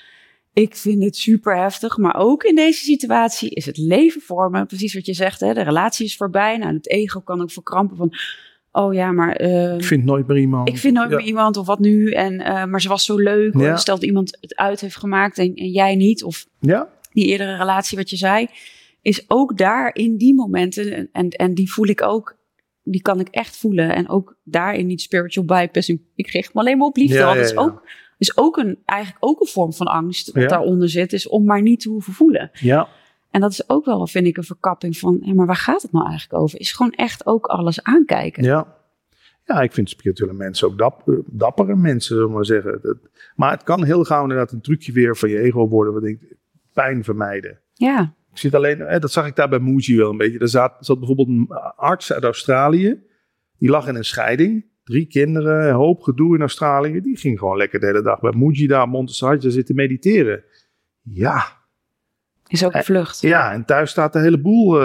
S1: ik vind het super heftig, maar ook in deze situatie is het leven voor me. Precies wat je zegt, hè, de relatie is voorbij. Nou, het ego kan ook verkrampen van, oh ja, maar...
S2: ik vind nooit meer iemand.
S1: Ik vind nooit meer iemand, of wat nu? Maar ze was zo leuk. Ja. Stel dat iemand het uit heeft gemaakt en jij niet. Of die eerdere relatie wat je zei. Is ook daar in die momenten, en die voel ik ook, die kan ik echt voelen. En ook daarin niet spiritual bypassing. Ik richt me alleen maar op liefde. Dat is ook eigenlijk ook een vorm van angst wat daaronder zit. Is om maar niet te hoeven voelen. Ja. En dat is ook wel, vind ik, een verkapping van, maar waar gaat het nou eigenlijk over? Is gewoon echt ook alles aankijken.
S2: Ja, ik vind spirituele mensen ook dappere mensen, zullen we maar zeggen. Maar het kan heel gauw inderdaad een trucje weer van je ego worden. Wat ik pijn vermijden.
S1: Ja.
S2: Ik zit alleen, dat zag ik daar bij Muji wel een beetje. Er zat bijvoorbeeld een arts uit Australië. Die lag in een scheiding. 3 kinderen, een hoop gedoe in Australië. Die ging gewoon lekker de hele dag bij Muji daar, Montessori zitten mediteren. Ja.
S1: Is ook een vlucht.
S2: Ja, en thuis staat de hele boel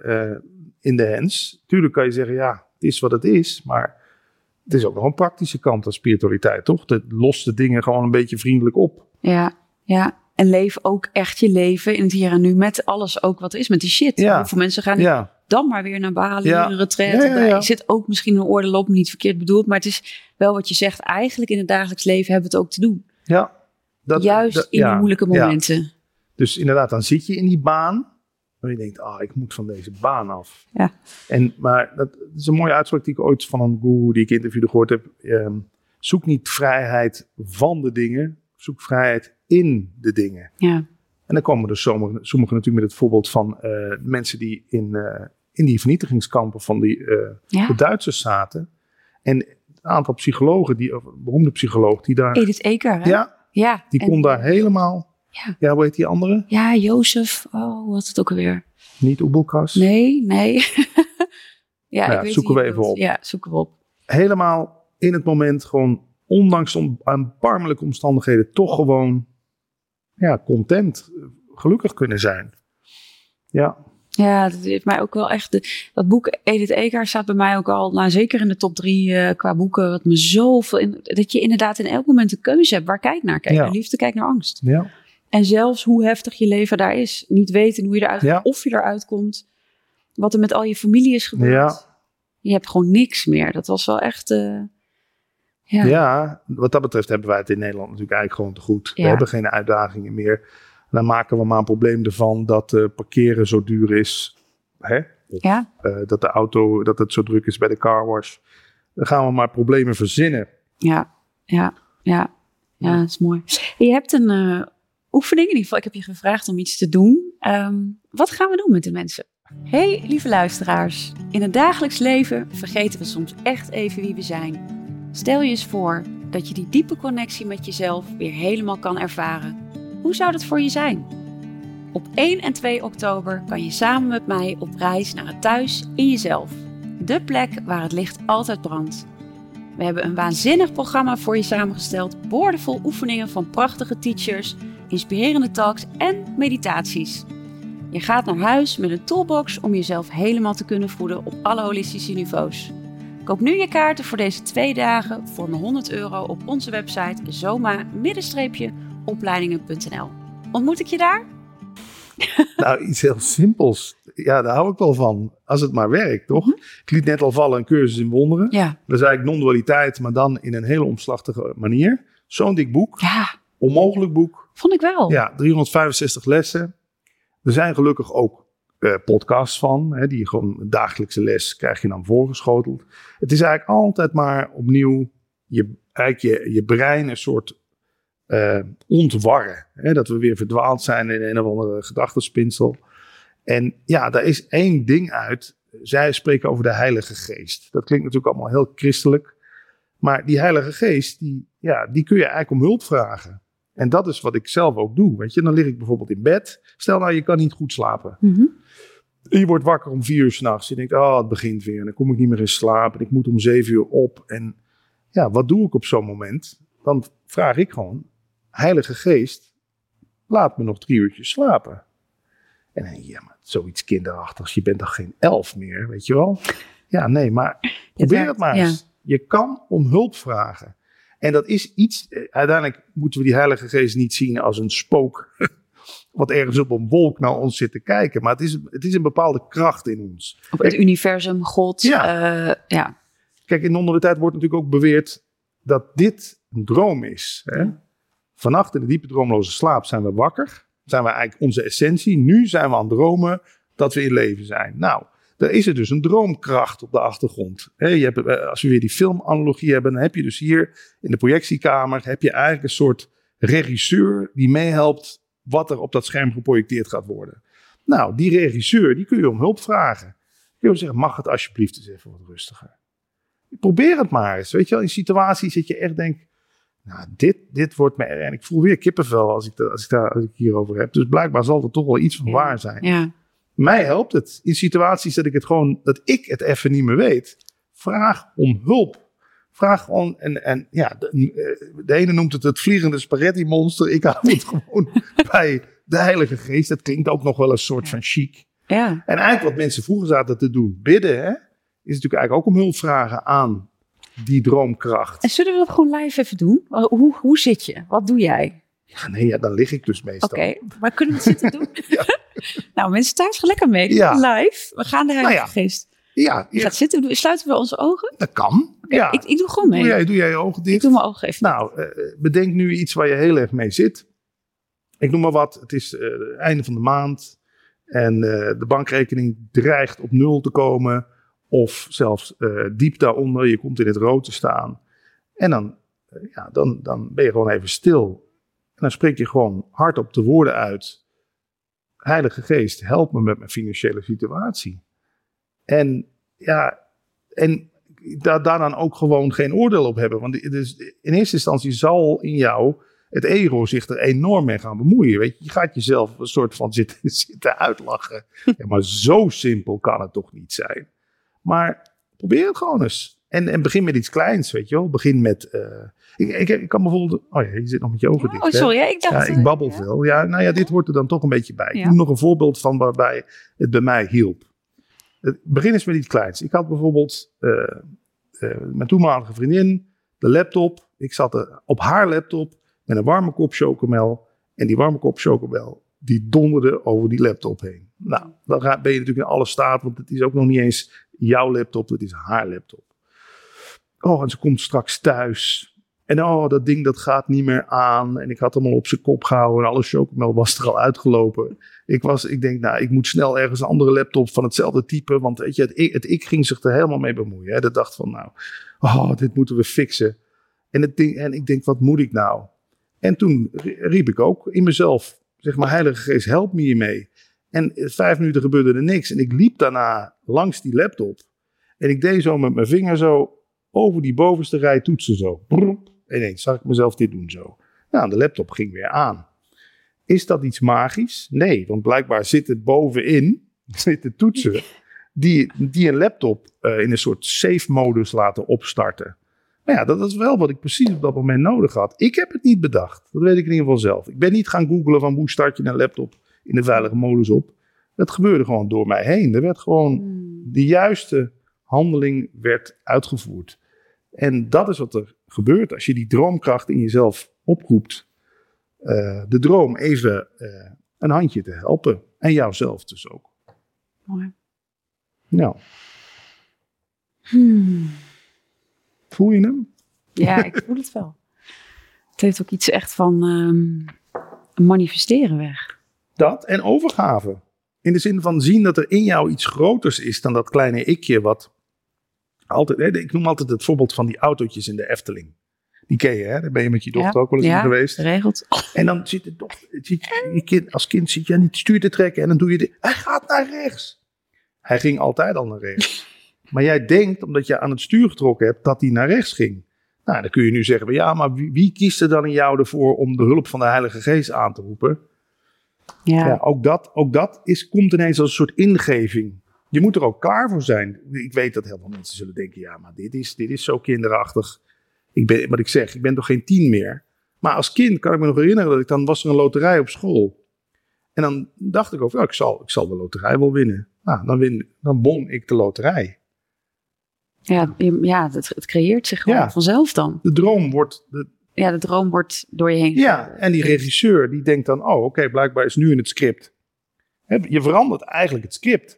S2: in de hens. Tuurlijk kan je zeggen, ja, het is wat het is. Maar het is ook nog een praktische kant van spiritualiteit, toch? Het lost de dingen gewoon een beetje vriendelijk op.
S1: Ja. En leef ook echt je leven in het hier en nu met alles ook wat er is, met die shit. Ja. Hoeveel mensen gaan dan maar weer naar Bali, een retraite. Je zit ook misschien een oordeel op, niet verkeerd bedoeld. Maar het is wel wat je zegt, eigenlijk in het dagelijks leven hebben we het ook te doen. Ja. Juist in die moeilijke momenten. Ja.
S2: Dus inderdaad, dan zit je in die baan. En je denkt, ik moet van deze baan af. Ja. Maar dat is een mooie uitspraak die ik ooit van een guru die ik interviewde gehoord heb. Zoek niet vrijheid van de dingen. Zoek vrijheid in de dingen. Ja. En dan komen er sommigen natuurlijk met het voorbeeld van mensen die in die vernietigingskampen van de Duitsers zaten. En een aantal psychologen, beroemde psycholoog die daar...
S1: Edith Eger, hè?
S2: Ja. Die kon daar helemaal... Ja, hoe heet die andere?
S1: Ja, Jozef. Oh, hoe had het ook alweer?
S2: Niet Oebelkas?
S1: Nee.
S2: Ik weet zoeken we even op.
S1: Ja, zoeken we op.
S2: Helemaal in het moment gewoon, ondanks erbarmelijke omstandigheden, toch gewoon content, gelukkig kunnen zijn. Ja.
S1: Ja, dat heeft mij ook wel echt... Dat boek Edith Eger staat bij mij ook al, zeker in de top 3 qua boeken, wat me zoveel... dat je inderdaad in elk moment een keuze hebt. Waar kijk naar? Kijk naar liefde, kijk naar angst. Ja. En zelfs hoe heftig je leven daar is. Niet weten hoe je eruit komt, of je eruit komt. Wat er met al je familie is gebeurd. Ja. Je hebt gewoon niks meer. Dat was wel echt...
S2: Ja, wat dat betreft hebben wij het in Nederland natuurlijk eigenlijk gewoon te goed. Ja. We hebben geen uitdagingen meer. Dan maken we maar een probleem ervan dat parkeren zo duur is. Hè? Of, dat de auto, dat het zo druk is bij de carwash. Dan gaan we maar problemen verzinnen.
S1: Ja, dat is mooi. Je hebt een oefening, in ieder geval, ik heb je gevraagd om iets te doen. Wat gaan we doen met de mensen? Hey, lieve luisteraars. In het dagelijks leven vergeten we soms echt even wie we zijn. Stel je eens voor dat je die diepe connectie met jezelf weer helemaal kan ervaren. Hoe zou dat voor je zijn? Op 1 en 2 oktober kan je samen met mij op reis naar het thuis in jezelf. De plek waar het licht altijd brandt. We hebben een waanzinnig programma voor je samengesteld. Boordevol oefeningen van prachtige teachers, inspirerende talks en meditaties. Je gaat naar huis met een toolbox om jezelf helemaal te kunnen voeden op alle holistische niveaus. Koop nu je kaarten voor deze 2 dagen voor maar €100 op onze website zoma-opleidingen.nl. Ontmoet ik je daar?
S2: Nou, iets heel simpels. Ja, daar hou ik wel van. Als het maar werkt, toch? Mm-hmm. Ik liet net al vallen een cursus in wonderen. Ja. Dat is eigenlijk non-dualiteit, maar dan in een hele omslachtige manier. Zo'n dik boek.
S1: Ja.
S2: Onmogelijk boek.
S1: Vond ik wel.
S2: Ja, 365 lessen. Er zijn gelukkig ook podcasts van. Hè, die gewoon een dagelijkse les krijg je dan voorgeschoteld. Het is eigenlijk altijd maar opnieuw je brein een soort ontwarren. Hè, dat we weer verdwaald zijn in een of andere gedachtenspinsel. En ja, daar is één ding uit. Zij spreken over de Heilige Geest. Dat klinkt natuurlijk allemaal heel christelijk. Maar die Heilige Geest, die kun je eigenlijk om hulp vragen. En dat is wat ik zelf ook doe. Weet je, dan lig ik bijvoorbeeld in bed. Stel nou, je kan niet goed slapen.
S1: Mm-hmm.
S2: En je wordt wakker om 4 uur 's nachts. Je denkt, het begint weer. En dan kom ik niet meer in slaap. En ik moet om 7 uur op. En ja, wat doe ik op zo'n moment? Dan vraag ik gewoon, Heilige Geest, laat me nog 3 uurtjes slapen. En dan denk je, maar zoiets kinderachtigs. Je bent toch geen 11 meer, weet je wel? Ja, nee, maar probeer het maar eens. Ja. Je kan om hulp vragen. En dat is iets, uiteindelijk moeten we die Heilige Geest niet zien als een spook. Wat ergens op een wolk naar ons zit te kijken. Maar het is een bepaalde kracht in ons.
S1: Op het universum, God.
S2: Ja. Kijk, in Onder de Tijd wordt natuurlijk ook beweerd dat dit een droom is. Hè? Vannacht in de diepe droomloze slaap zijn we wakker. Zijn we eigenlijk onze essentie. Nu zijn we aan het dromen dat we in leven zijn. Nou, daar is er dus een droomkracht op de achtergrond. Als we weer die filmanalogie hebben, dan heb je dus hier in de projectiekamer heb je eigenlijk een soort regisseur die meehelpt wat er op dat scherm geprojecteerd gaat worden. Nou, die regisseur, die kun je om hulp vragen. Kun je zeggen, mag het alsjeblieft eens even wat rustiger? Probeer het maar eens. Weet je wel, in situaties dat je echt denkt, nou, dit wordt me... En ik voel weer kippenvel als ik hierover heb. Dus blijkbaar zal er toch wel iets van waar zijn.
S1: Ja.
S2: Mij helpt het in situaties dat ik het even niet meer weet. Vraag om hulp. Vraag gewoon, de ene noemt het vliegende spaghetti monster. Ik hou het gewoon bij de Heilige Geest. Dat klinkt ook nog wel een soort van chic.
S1: Ja.
S2: En eigenlijk wat mensen vroeger zaten te doen, bidden, hè, is natuurlijk eigenlijk ook om hulp vragen aan die droomkracht.
S1: En zullen we dat gewoon live even doen? Hoe zit je? Wat doe jij?
S2: Ja, dan lig ik dus meestal.
S1: Oké, maar kunnen we het zitten doen? Nou, mensen thuis, ga lekker mee. Live. We gaan de Heilige Geest.
S2: Ja,
S1: je gaat zitten. Sluiten we onze ogen?
S2: Dat kan. Ja.
S1: Ik doe gewoon mee.
S2: Doe jij je ogen dicht?
S1: Ik doe mijn ogen even.
S2: Nou, bedenk nu iets waar je heel erg mee zit. Ik noem maar wat. Het is het einde van de maand. En de bankrekening dreigt op 0 te komen. Of zelfs diep daaronder. Je komt in het rood te staan. En dan ben je gewoon even stil. En dan spreek je gewoon hardop de woorden uit. Heilige Geest, help me met mijn financiële situatie. En daar dan ook gewoon geen oordeel op hebben. Want in eerste instantie zal in jou het ego zich er enorm mee gaan bemoeien. Weet je, je gaat jezelf een soort van zitten uitlachen. Ja, maar zo simpel kan het toch niet zijn. Maar probeer het gewoon eens. En begin met iets kleins, weet je wel. Begin met... Ik kan bijvoorbeeld... Oh ja, je zit nog met je ogen dicht.
S1: Oh, sorry. Ik dacht...
S2: ik babbel veel. Ja, dit hoort er dan toch een beetje bij. Ik noem nog een voorbeeld van waarbij het bij mij hielp. Begin eens met iets kleins. Ik had bijvoorbeeld mijn toenmalige vriendin, de laptop. Ik zat op haar laptop met een warme kop chocomel. En die warme kop chocomel, die donderde over die laptop heen. Nou, dan ben je natuurlijk in alle staat, want het is ook nog niet eens jouw laptop, het is haar laptop. Oh, en ze komt straks thuis. En dat ding dat gaat niet meer aan. En ik had hem al op zijn kop gehouden en alle chocomel was er al uitgelopen. Ik denk, ik moet snel ergens een andere laptop van hetzelfde type. Want weet je, het ik ging zich er helemaal mee bemoeien. Hè. Dat dacht van, dit moeten we fixen. En ik denk, wat moet ik nou? En toen riep ik ook in mezelf, zeg maar, Heilige Geest, help me hiermee. En 5 minuten gebeurde er niks. En ik liep daarna langs die laptop. En ik deed zo met mijn vinger zo over die bovenste rij toetsen zo. En ineens zag ik mezelf dit doen zo. Nou, de laptop ging weer aan. Is dat iets magisch? Nee, want blijkbaar zit het bovenin, zitten toetsen, die een laptop in een soort safe modus laten opstarten. Maar ja, dat is wel wat ik precies op dat moment nodig had. Ik heb het niet bedacht. Dat weet ik in ieder geval zelf. Ik ben niet gaan googlen van hoe start je een laptop in de veilige modus op. Dat gebeurde gewoon door mij heen. Er werd gewoon de juiste handeling werd uitgevoerd. En dat is wat er gebeurt als je die droomkracht in jezelf oproept. De droom even een handje te helpen. En jouzelf dus ook.
S1: Mooi.
S2: Nou. Voel je hem?
S1: Ja, ik voel het wel. Het heeft ook iets echt van manifesteren weg.
S2: Dat en overgave. In de zin van zien dat er in jou iets groters is dan dat kleine ikje wat altijd... Ik noem altijd het voorbeeld van die autootjes in de Efteling. Die ken je, hè? Daar ben je met je dochter ook wel eens in geweest.
S1: Ja, geregeld.
S2: En dan zit de dochter, als kind zit je aan het stuur te trekken en dan doe je dit. Hij gaat naar rechts. Hij ging altijd al naar rechts. Maar jij denkt, omdat je aan het stuur getrokken hebt, dat hij naar rechts ging. Nou, dan kun je nu zeggen, ja, maar wie kiest er dan in jou ervoor om de hulp van de Heilige Geest aan te roepen? Ja, ook dat komt ineens als een soort ingeving. Je moet er ook klaar voor zijn. Ik weet dat heel veel mensen zullen denken, ja, maar dit is zo kinderachtig. Ik ben toch geen 10 meer. Maar als kind kan ik me nog herinneren dat dan was er een loterij op school. En dan dacht ik over, ik zal de loterij wel winnen. Nou, dan won ik de loterij.
S1: Ja, het creëert zich gewoon vanzelf dan.
S2: De droom wordt...
S1: de droom wordt door je heen.
S2: Ja, en die regisseur die denkt dan, oké, blijkbaar is nu in het script. Je verandert eigenlijk het script.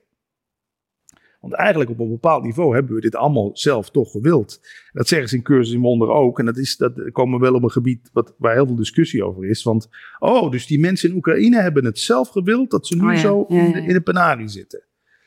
S2: Want eigenlijk op een bepaald niveau hebben we dit allemaal zelf toch gewild. Dat zeggen ze in Cursus in Wonderen ook. En dat komen we wel op een gebied waar heel veel discussie over is. Want, dus die mensen in Oekraïne hebben het zelf gewild dat ze nu in de penarie zitten.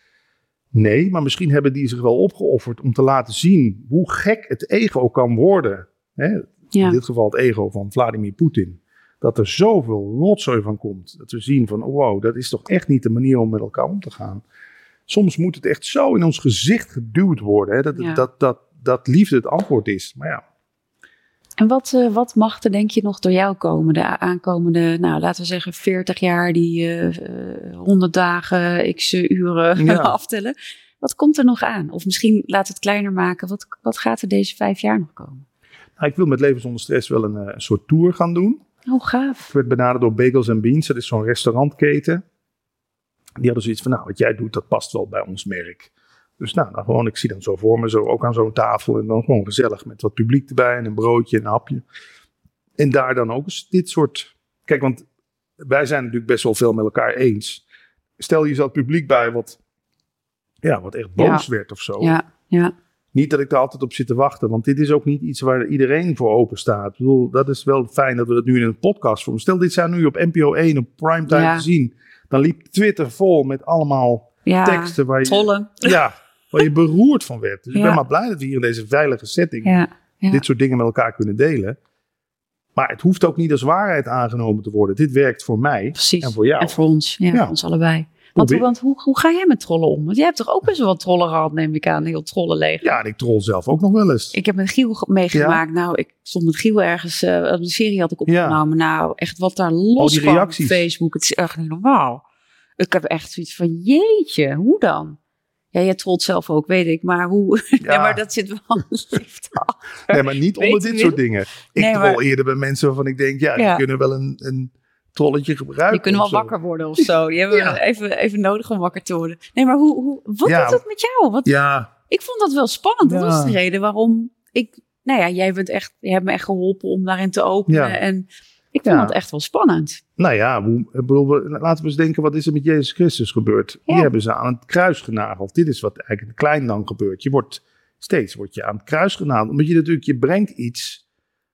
S2: Nee, maar misschien hebben die zich wel opgeofferd om te laten zien hoe gek het ego kan worden. In dit geval het ego van Vladimir Poetin. Dat er zoveel rotzooi van komt. Dat we zien van, wow, dat is toch echt niet de manier om met elkaar om te gaan. Soms moet het echt zo in ons gezicht geduwd worden. Dat liefde het antwoord is. Maar ja.
S1: En wat mag er denk je nog door jou komen? De aankomende, laten we zeggen 40 jaar. Die 100 dagen, x uren aftellen. Wat komt er nog aan? Of misschien laat het kleiner maken. Wat gaat er deze 5 jaar nog komen?
S2: Ik wil met Leven zonder Stress wel een soort tour gaan doen.
S1: Oh, gaaf.
S2: Ik werd benaderd door Bagels & Beans. Dat is zo'n restaurantketen. Die hadden zoiets van, wat jij doet, dat past wel bij ons merk. Dus dan gewoon, ik zie dan zo voor me, zo ook aan zo'n tafel. En dan gewoon gezellig met wat publiek erbij en een broodje en een hapje. En daar dan ook eens dit soort... Kijk, want wij zijn natuurlijk best wel veel met elkaar eens. Stel je zat publiek bij wat echt boos werd of zo.
S1: Ja.
S2: Niet dat ik er altijd op zit te wachten, want dit is ook niet iets waar iedereen voor open staat. Ik bedoel, dat is wel fijn dat we dat nu in een podcast vormen. Stel, dit zou nu op NPO 1 op primetime te zien. Dan liep Twitter vol met allemaal teksten waar je beroerd van werd. Dus ik ben maar blij dat we hier in deze veilige setting dit soort dingen met elkaar kunnen delen. Maar het hoeft ook niet als waarheid aangenomen te worden. Dit werkt voor mij en voor jou.
S1: En voor ons, voor ons allebei. Want hoe ga jij met trollen om? Want jij hebt toch ook best wel wat trollen gehad, neem ik aan. Heel trollenleger.
S2: Ja, en ik troll zelf ook nog wel eens.
S1: Ik heb met Giel meegemaakt. Ja? Ik stond met Giel ergens, een serie had ik opgenomen. Ja. Echt wat daar los kwam op Facebook. Het is echt niet normaal. Ik heb echt zoiets van, jeetje, hoe dan? Ja, jij trolt zelf ook, weet ik. Maar hoe? Ja. Nee, maar dat zit wel liefde achter.
S2: Nee, maar niet onder dit soort dingen. Ik troll eerder bij mensen waarvan ik denk, die kunnen wel een trolletje gebruiken.
S1: Die kunnen wel wakker worden of zo. Die hebben even nodig om wakker te worden. Nee, maar wat doet dat met jou? Ik vond dat wel spannend. Dat was de reden waarom ik... jij hebt me echt geholpen om daarin te openen. Ja. En ik vond dat echt wel spannend.
S2: Laten we eens denken, wat is er met Jezus Christus gebeurd? Die hebben ze aan het kruis genageld. Dit is wat eigenlijk klein dan gebeurt. Je wordt aan het kruis genageld. Omdat je natuurlijk, je brengt iets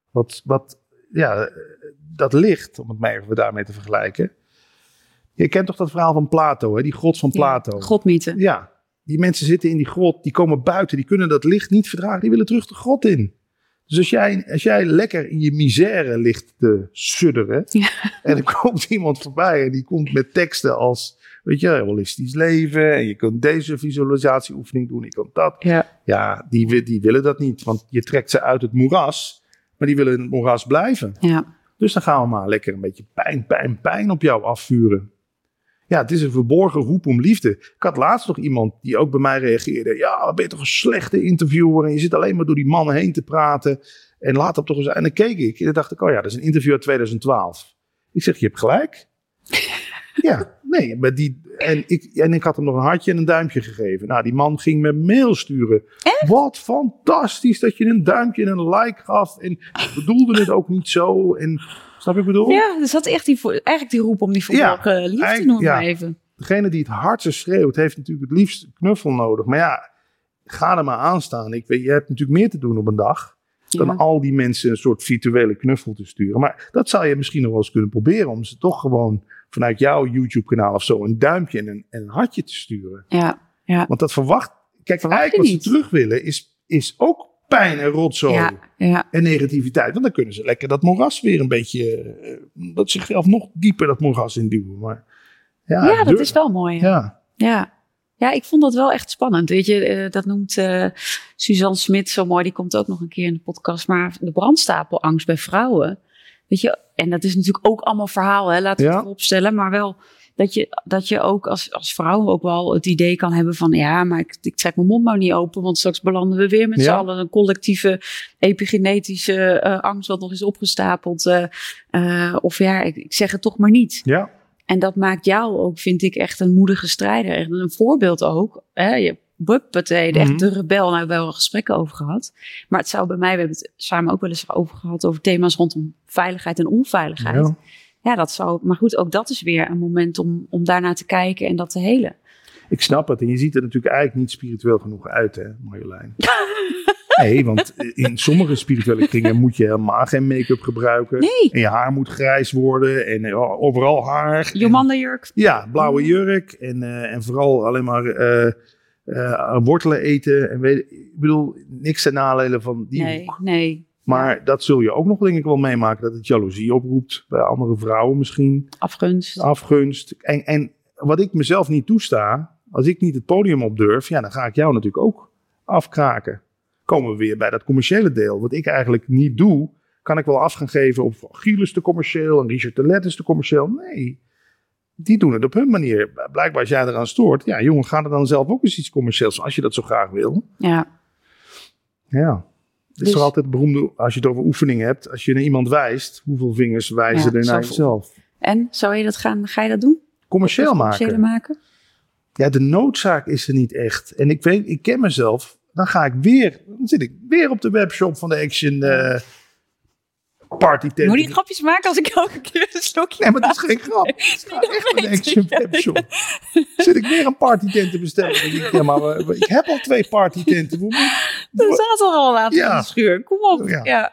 S2: dat licht, om het maar even daarmee te vergelijken. Je kent toch dat verhaal van Plato, hè? Die grot van Plato.
S1: Godmythe.
S2: Ja, die mensen zitten in die grot, die komen buiten, die kunnen dat licht niet verdragen, die willen terug de grot in. Dus als jij lekker in je misère ligt te sudderen, en er komt iemand voorbij en die komt met teksten als, holistisch leven, en je kunt deze visualisatieoefening doen, je kunt dat. Ja, die willen dat niet, want je trekt ze uit het moeras, maar die willen in het moeras blijven. Ja. Dus dan gaan we maar lekker een beetje pijn op jou afvuren. Ja, het is een verborgen roep om liefde. Ik had laatst nog iemand die ook bij mij reageerde. Ja, ben je toch een slechte interviewer en je zit alleen maar door die mannen heen te praten. En laat dat toch eens... En dan keek ik en dan dacht ik, dat is een interview uit 2012. Ik zeg, je hebt gelijk. Ja, nee, maar ik had hem nog een hartje en een duimpje gegeven. Nou, die man ging me mail sturen. Wat fantastisch dat je een duimpje en een like gaf. En ik bedoelde het ook niet zo. En, snap je wat ik bedoel?
S1: Ja, dus dat is eigenlijk die roep om die verborgen liefde noemen even.
S2: Degene die het hardste schreeuwt, heeft natuurlijk het liefst knuffel nodig. Maar ga er maar aan staan. Je hebt natuurlijk meer te doen op een dag. dan al die mensen een soort virtuele knuffel te sturen. Maar dat zou je misschien nog wel eens kunnen proberen. Om ze toch gewoon vanuit jouw YouTube-kanaal of zo een duimpje en een hartje te sturen.
S1: Ja. Want
S2: dat verwacht... Kijk, eigenlijk wat ze terug willen is ook pijn en rotzooi en negativiteit. Want dan kunnen ze lekker dat moeras weer een beetje... dat zichzelf nog dieper dat moeras induwen. Maar
S1: dat is wel mooi. Ja, ik vond dat wel echt spannend. Weet je, dat noemt Suzanne Smit zo mooi. Die komt ook nog een keer in de podcast. Maar de brandstapelangst bij vrouwen. Weet je, en dat is natuurlijk ook allemaal verhaal. Hè, laten we het opstellen. Maar wel dat je ook als vrouw ook wel het idee kan hebben van... ja, maar ik trek mijn mond maar niet open. Want straks belanden we weer met z'n allen een collectieve epigenetische angst... wat nog is opgestapeld. Ik zeg het toch maar niet.
S2: Ja.
S1: En dat maakt jou ook, vind ik, echt een moedige strijder. Echt een voorbeeld ook. Echt de rebel. Daar hebben we wel gesprekken over gehad. Maar het zou bij mij, we hebben het samen ook wel eens over gehad... over thema's rondom veiligheid en onveiligheid. Ja, dat zou... Maar goed, ook dat is weer een moment om daarnaar te kijken en dat te helen.
S2: Ik snap het. En je ziet er natuurlijk eigenlijk niet spiritueel genoeg uit, hè, Marjolein? Nee, want in sommige spirituele kringen moet je helemaal geen make-up gebruiken.
S1: Nee.
S2: En je haar moet grijs worden en overal haar.
S1: Jomanda-jurk.
S2: Ja, blauwe jurk en vooral alleen maar wortelen eten. En ik bedoel, niks ten nadele van die hoek.
S1: Nee.
S2: Maar dat zul je ook nog denk ik wel meemaken, dat het jaloezie oproept bij andere vrouwen misschien. Afgunst. En wat ik mezelf niet toesta, als ik niet het podium op durf, dan ga ik jou natuurlijk ook afkraken. Komen we weer bij dat commerciële deel. Wat ik eigenlijk niet doe, kan ik wel af gaan geven op Giel is te commercieel en Richard de Let is te commercieel. Nee, die doen het op hun manier. Blijkbaar als jij eraan stoort, jongen, ga er dan zelf ook eens iets commercieels als je dat zo graag wil.
S1: Ja.
S2: Het is toch altijd beroemde, als je het over oefeningen hebt, als je naar iemand wijst, hoeveel vingers wijzen er naar jezelf?
S1: En ga je dat doen?
S2: Commercieel maken? Ja, de noodzaak is er niet echt. En ik ken mezelf. Dan zit ik weer op de webshop van de Action Party Tent.
S1: Moet je niet grapjes maken als ik elke keer een slokje
S2: Nee, maar dat is geen grap. Ik ga echt naar de Action webshop. Zit ik weer een party tent te bestellen. Ik heb al 2 party tenten.
S1: Dat staat al later in de schuur. Kom op. Ja,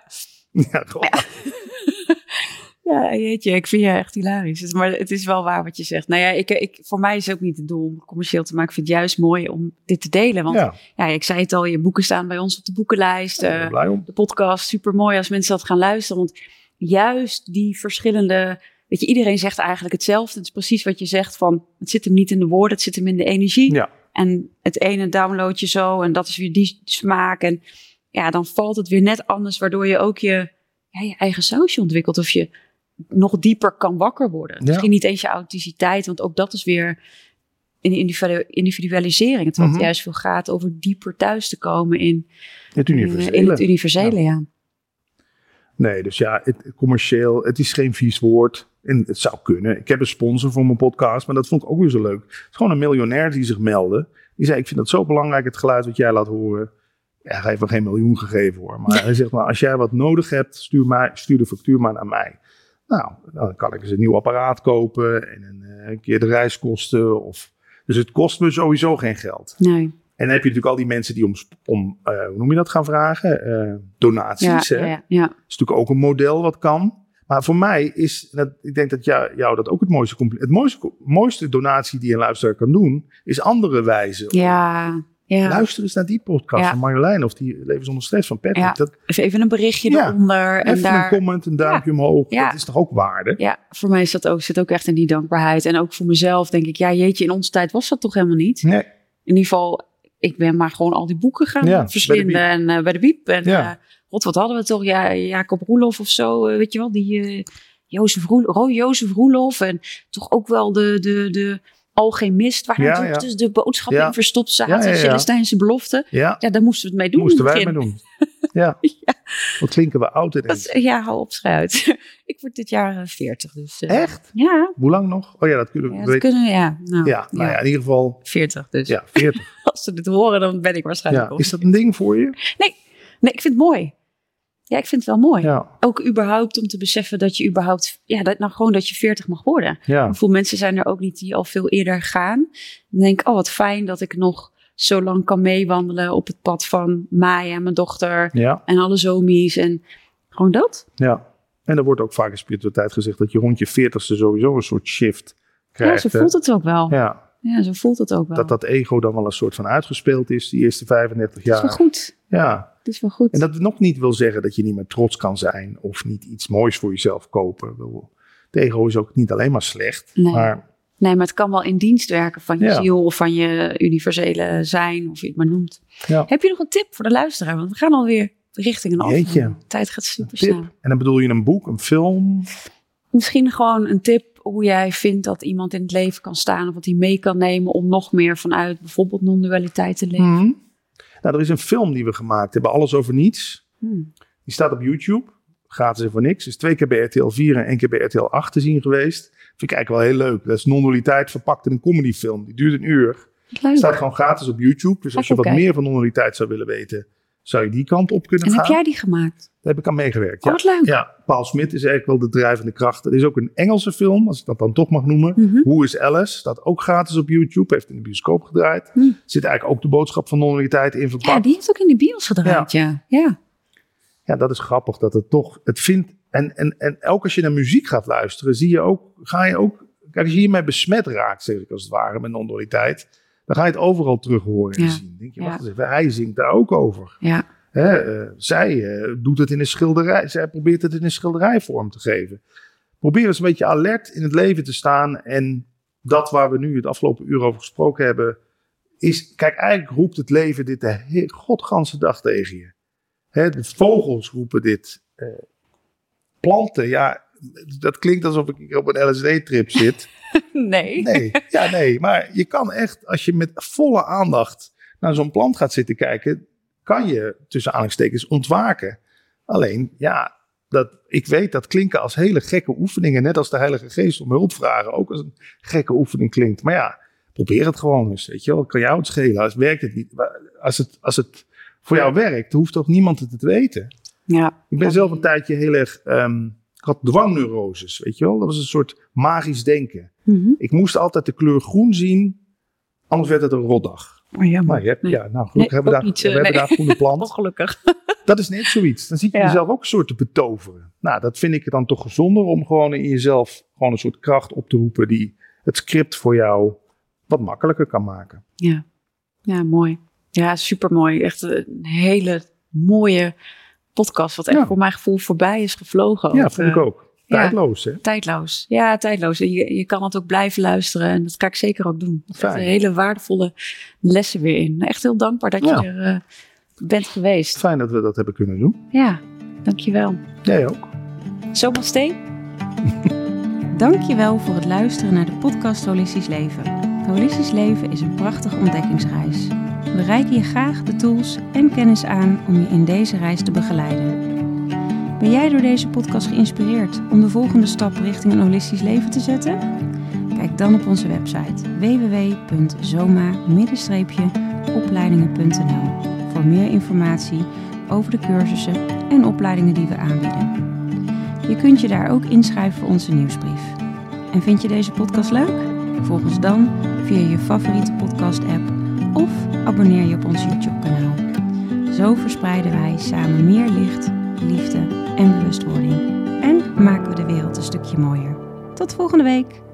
S1: Ja, jeetje, ik vind je echt hilarisch. Maar het is wel waar wat je zegt. Nou ja, voor mij is het ook niet het doel om commercieel te maken. Ik vind het juist mooi om dit te delen. Want ik zei het al, je boeken staan bij ons op de boekenlijst. De podcast, super mooi als mensen dat gaan luisteren. Want juist die verschillende... Weet je, iedereen zegt eigenlijk hetzelfde. Het is precies wat je zegt van... Het zit hem niet in de woorden, het zit hem in de energie.
S2: Ja.
S1: En het ene download je zo en dat is weer die smaak. En dan valt het weer net anders... waardoor je ook je eigen sausje ontwikkelt. Of je nog dieper kan wakker worden. Misschien niet eens je authenticiteit, want ook dat is weer in de individualisering. Het wat juist veel gaat over dieper thuis te komen in het universele.
S2: Nee, dus het commercieel, het is geen vies woord. En het zou kunnen. Ik heb een sponsor voor mijn podcast, maar dat vond ik ook weer zo leuk. Het is gewoon een miljonair die zich meldde. Die zei, ik vind dat zo belangrijk, het geluid wat jij laat horen. Ja, hij heeft me geen miljoen gegeven hoor. Maar hij zegt, als jij wat nodig hebt, stuur de factuur maar naar mij. Nou, dan kan ik eens een nieuw apparaat kopen en een keer de reiskosten. Dus het kost me sowieso geen geld.
S1: Nee.
S2: En dan heb je natuurlijk al die mensen die hoe noem je dat, gaan vragen? Donaties.
S1: Ja.
S2: Dat is natuurlijk ook een model wat kan. Maar voor mij is, ik denk dat jou dat ook het mooiste donatie die een luisteraar kan doen, is andere wijzen.
S1: Ja.
S2: Luister eens naar die podcast van Marjolein of die Leven zonder stress van Patrick.
S1: Ja. Even een berichtje eronder.
S2: Even een comment, een duimpje omhoog. Dat is toch ook waarde?
S1: Ja, voor mij zit ook echt in die dankbaarheid. En ook voor mezelf denk ik, jeetje, in onze tijd was dat toch helemaal niet?
S2: Nee.
S1: In ieder geval, ik ben maar gewoon al die boeken gaan verslinden bij de Biep. En wat hadden we toch? Ja, Jacob Roelof of zo, weet je wel, die Jozef Roelof. En toch ook wel de Alchemist, waar natuurlijk dus de boodschappen in verstopt zaten. Celestijnse belofte. Ja, daar moesten we het mee doen.
S2: Moesten wij het mee doen. Ja. Wat klinken we oud ineens.
S1: Hou op, schuit. Ik word dit jaar 40. Dus,
S2: echt?
S1: Ja.
S2: Hoe lang nog? Oh ja, dat kunnen we.
S1: Dat kunnen we,
S2: in ieder geval.
S1: 40 dus.
S2: Ja, 40.
S1: Als ze dit horen, dan ben ik waarschijnlijk
S2: Is dat een ding voor je?
S1: Nee, ik vind het mooi. Ja, ik vind het wel mooi.
S2: Ja.
S1: Ook überhaupt om te beseffen dat je überhaupt... dat je 40 mag worden.
S2: Ja.
S1: Hoeveel mensen zijn er ook niet die al veel eerder gaan. Dan denk ik, wat fijn dat ik nog zo lang kan meewandelen op het pad van Maya, mijn dochter.
S2: Ja.
S1: En alle zomies en gewoon dat.
S2: Ja. En er wordt ook vaak in spiritualiteit gezegd dat je rond je 40ste sowieso een soort shift krijgt.
S1: Ja, zo voelt het ook wel.
S2: Ja,
S1: zo voelt het ook wel.
S2: dat ego dan wel een soort van uitgespeeld is, die eerste 35 jaar.
S1: Dat is wel goed.
S2: Ja.
S1: Dat is wel goed.
S2: En dat nog niet wil zeggen dat je niet meer trots kan zijn of niet iets moois voor jezelf kopen. Het ego is ook niet alleen maar slecht.
S1: Nee.
S2: Maar
S1: het kan wel in dienst werken van je ziel of van je universele zijn, of je het maar noemt.
S2: Ja.
S1: Heb je nog een tip voor de luisteraar? Want we gaan alweer richting een aflevering.
S2: Jeetje.
S1: De tijd gaat super
S2: tip.
S1: snel.
S2: En dan bedoel je een boek, een film?
S1: Misschien gewoon een tip hoe jij vindt dat iemand in het leven kan staan. Of wat hij mee kan nemen om nog meer vanuit bijvoorbeeld non-dualiteit te leven.
S2: Nou, er is een film die we gemaakt hebben, Alles over Niets. Die staat op YouTube, gratis en voor niks. Is 2 keer bij RTL 4 en 1 keer bij RTL 8 te zien geweest. Vind ik eigenlijk wel heel leuk. Dat is non-dualiteit verpakt in een comedyfilm. Die duurt 1 uur.
S1: Leuk.
S2: Staat gewoon gratis op YouTube. Dus als je wat meer van non-dualiteit zou willen weten, zou je die kant op kunnen gaan.
S1: En heb jij die gemaakt?
S2: Daar heb ik aan meegewerkt.
S1: Oh, wat leuk.
S2: Ja, Paul Smit is eigenlijk wel de drijvende kracht. Er is ook een Engelse film, als ik dat dan toch mag noemen. Who is Alice? Staat ook gratis op YouTube. Heeft in de bioscoop gedraaid. Zit eigenlijk ook de boodschap van non-dualiteit in verpakt.
S1: Ja, die heeft ook in de bios gedraaid, ja.
S2: Ja, dat is grappig dat het toch... Het vindt, en ook als je naar muziek gaat luisteren, ga je ook... Kijk, als je hiermee besmet raakt, zeg ik als het ware, met non-dualiteit, dan ga je het overal terug horen en zien. Dan denk je, wacht eens even, hij zingt daar ook over.
S1: Ja.
S2: Zij doet het in een schilderij. Zij probeert het in een schilderijvorm te geven. Probeer eens een beetje alert in het leven te staan. En dat waar we nu het afgelopen uur over gesproken hebben, is, kijk, eigenlijk roept het leven dit de godganse dag tegen je. De vogels roepen dit. Planten, ja, dat klinkt alsof ik op een LSD-trip zit. Nee. Maar je kan echt, als je met volle aandacht naar zo'n plant gaat zitten kijken, kan je tussen aanhalingstekens ontwaken. Alleen, ik weet dat klinken als hele gekke oefeningen, net als de Heilige Geest om hulp vragen, ook als een gekke oefening klinkt. Maar ja, probeer het gewoon eens, weet je wel. Kan jou het schelen, als werkt het niet. Als het voor jou werkt, hoeft toch niemand het te weten.
S1: Ja.
S2: Ik ben zelf een tijdje heel erg, ik had dwangneuroses, weet je wel. Dat was een soort magisch denken. Ik moest altijd de kleur groen zien, anders werd het een rotdag.
S1: Oh, jammer.
S2: Maar gelukkig hebben we daar groene plant.
S1: Ongelukkig.
S2: Dat is net zoiets. Dan zie je jezelf ook een soort te betoveren. Nou, dat vind ik dan toch gezonder om gewoon in jezelf gewoon een soort kracht op te roepen die het script voor jou wat makkelijker kan maken.
S1: Ja, mooi. Ja, supermooi. Echt een hele mooie podcast, wat echt voor mijn gevoel voorbij is gevlogen.
S2: Ja, vond ik ook. Tijdloos, hè?
S1: Tijdloos. Ja, tijdloos. Je kan het ook blijven luisteren en dat ga ik zeker ook doen. Er zitten hele waardevolle lessen weer in. Echt heel dankbaar dat je er bent geweest.
S2: Fijn dat we dat hebben kunnen doen.
S1: Ja, dankjewel.
S2: Jij ook.
S1: Zomaste. Dankjewel voor het luisteren naar de podcast Holistisch Leven. Holistisch Leven is een prachtige ontdekkingsreis. We reiken je graag de tools en kennis aan om je in deze reis te begeleiden. Ben jij door deze podcast geïnspireerd om de volgende stap richting een holistisch leven te zetten? Kijk dan op onze website www.zoma-opleidingen.nl voor meer informatie over de cursussen en opleidingen die we aanbieden. Je kunt je daar ook inschrijven voor onze nieuwsbrief. En vind je deze podcast leuk? Volg ons dan via je favoriete podcast-app of abonneer je op ons YouTube-kanaal. Zo verspreiden wij samen meer licht, liefde en bewustwording. En maken we de wereld een stukje mooier. Tot volgende week!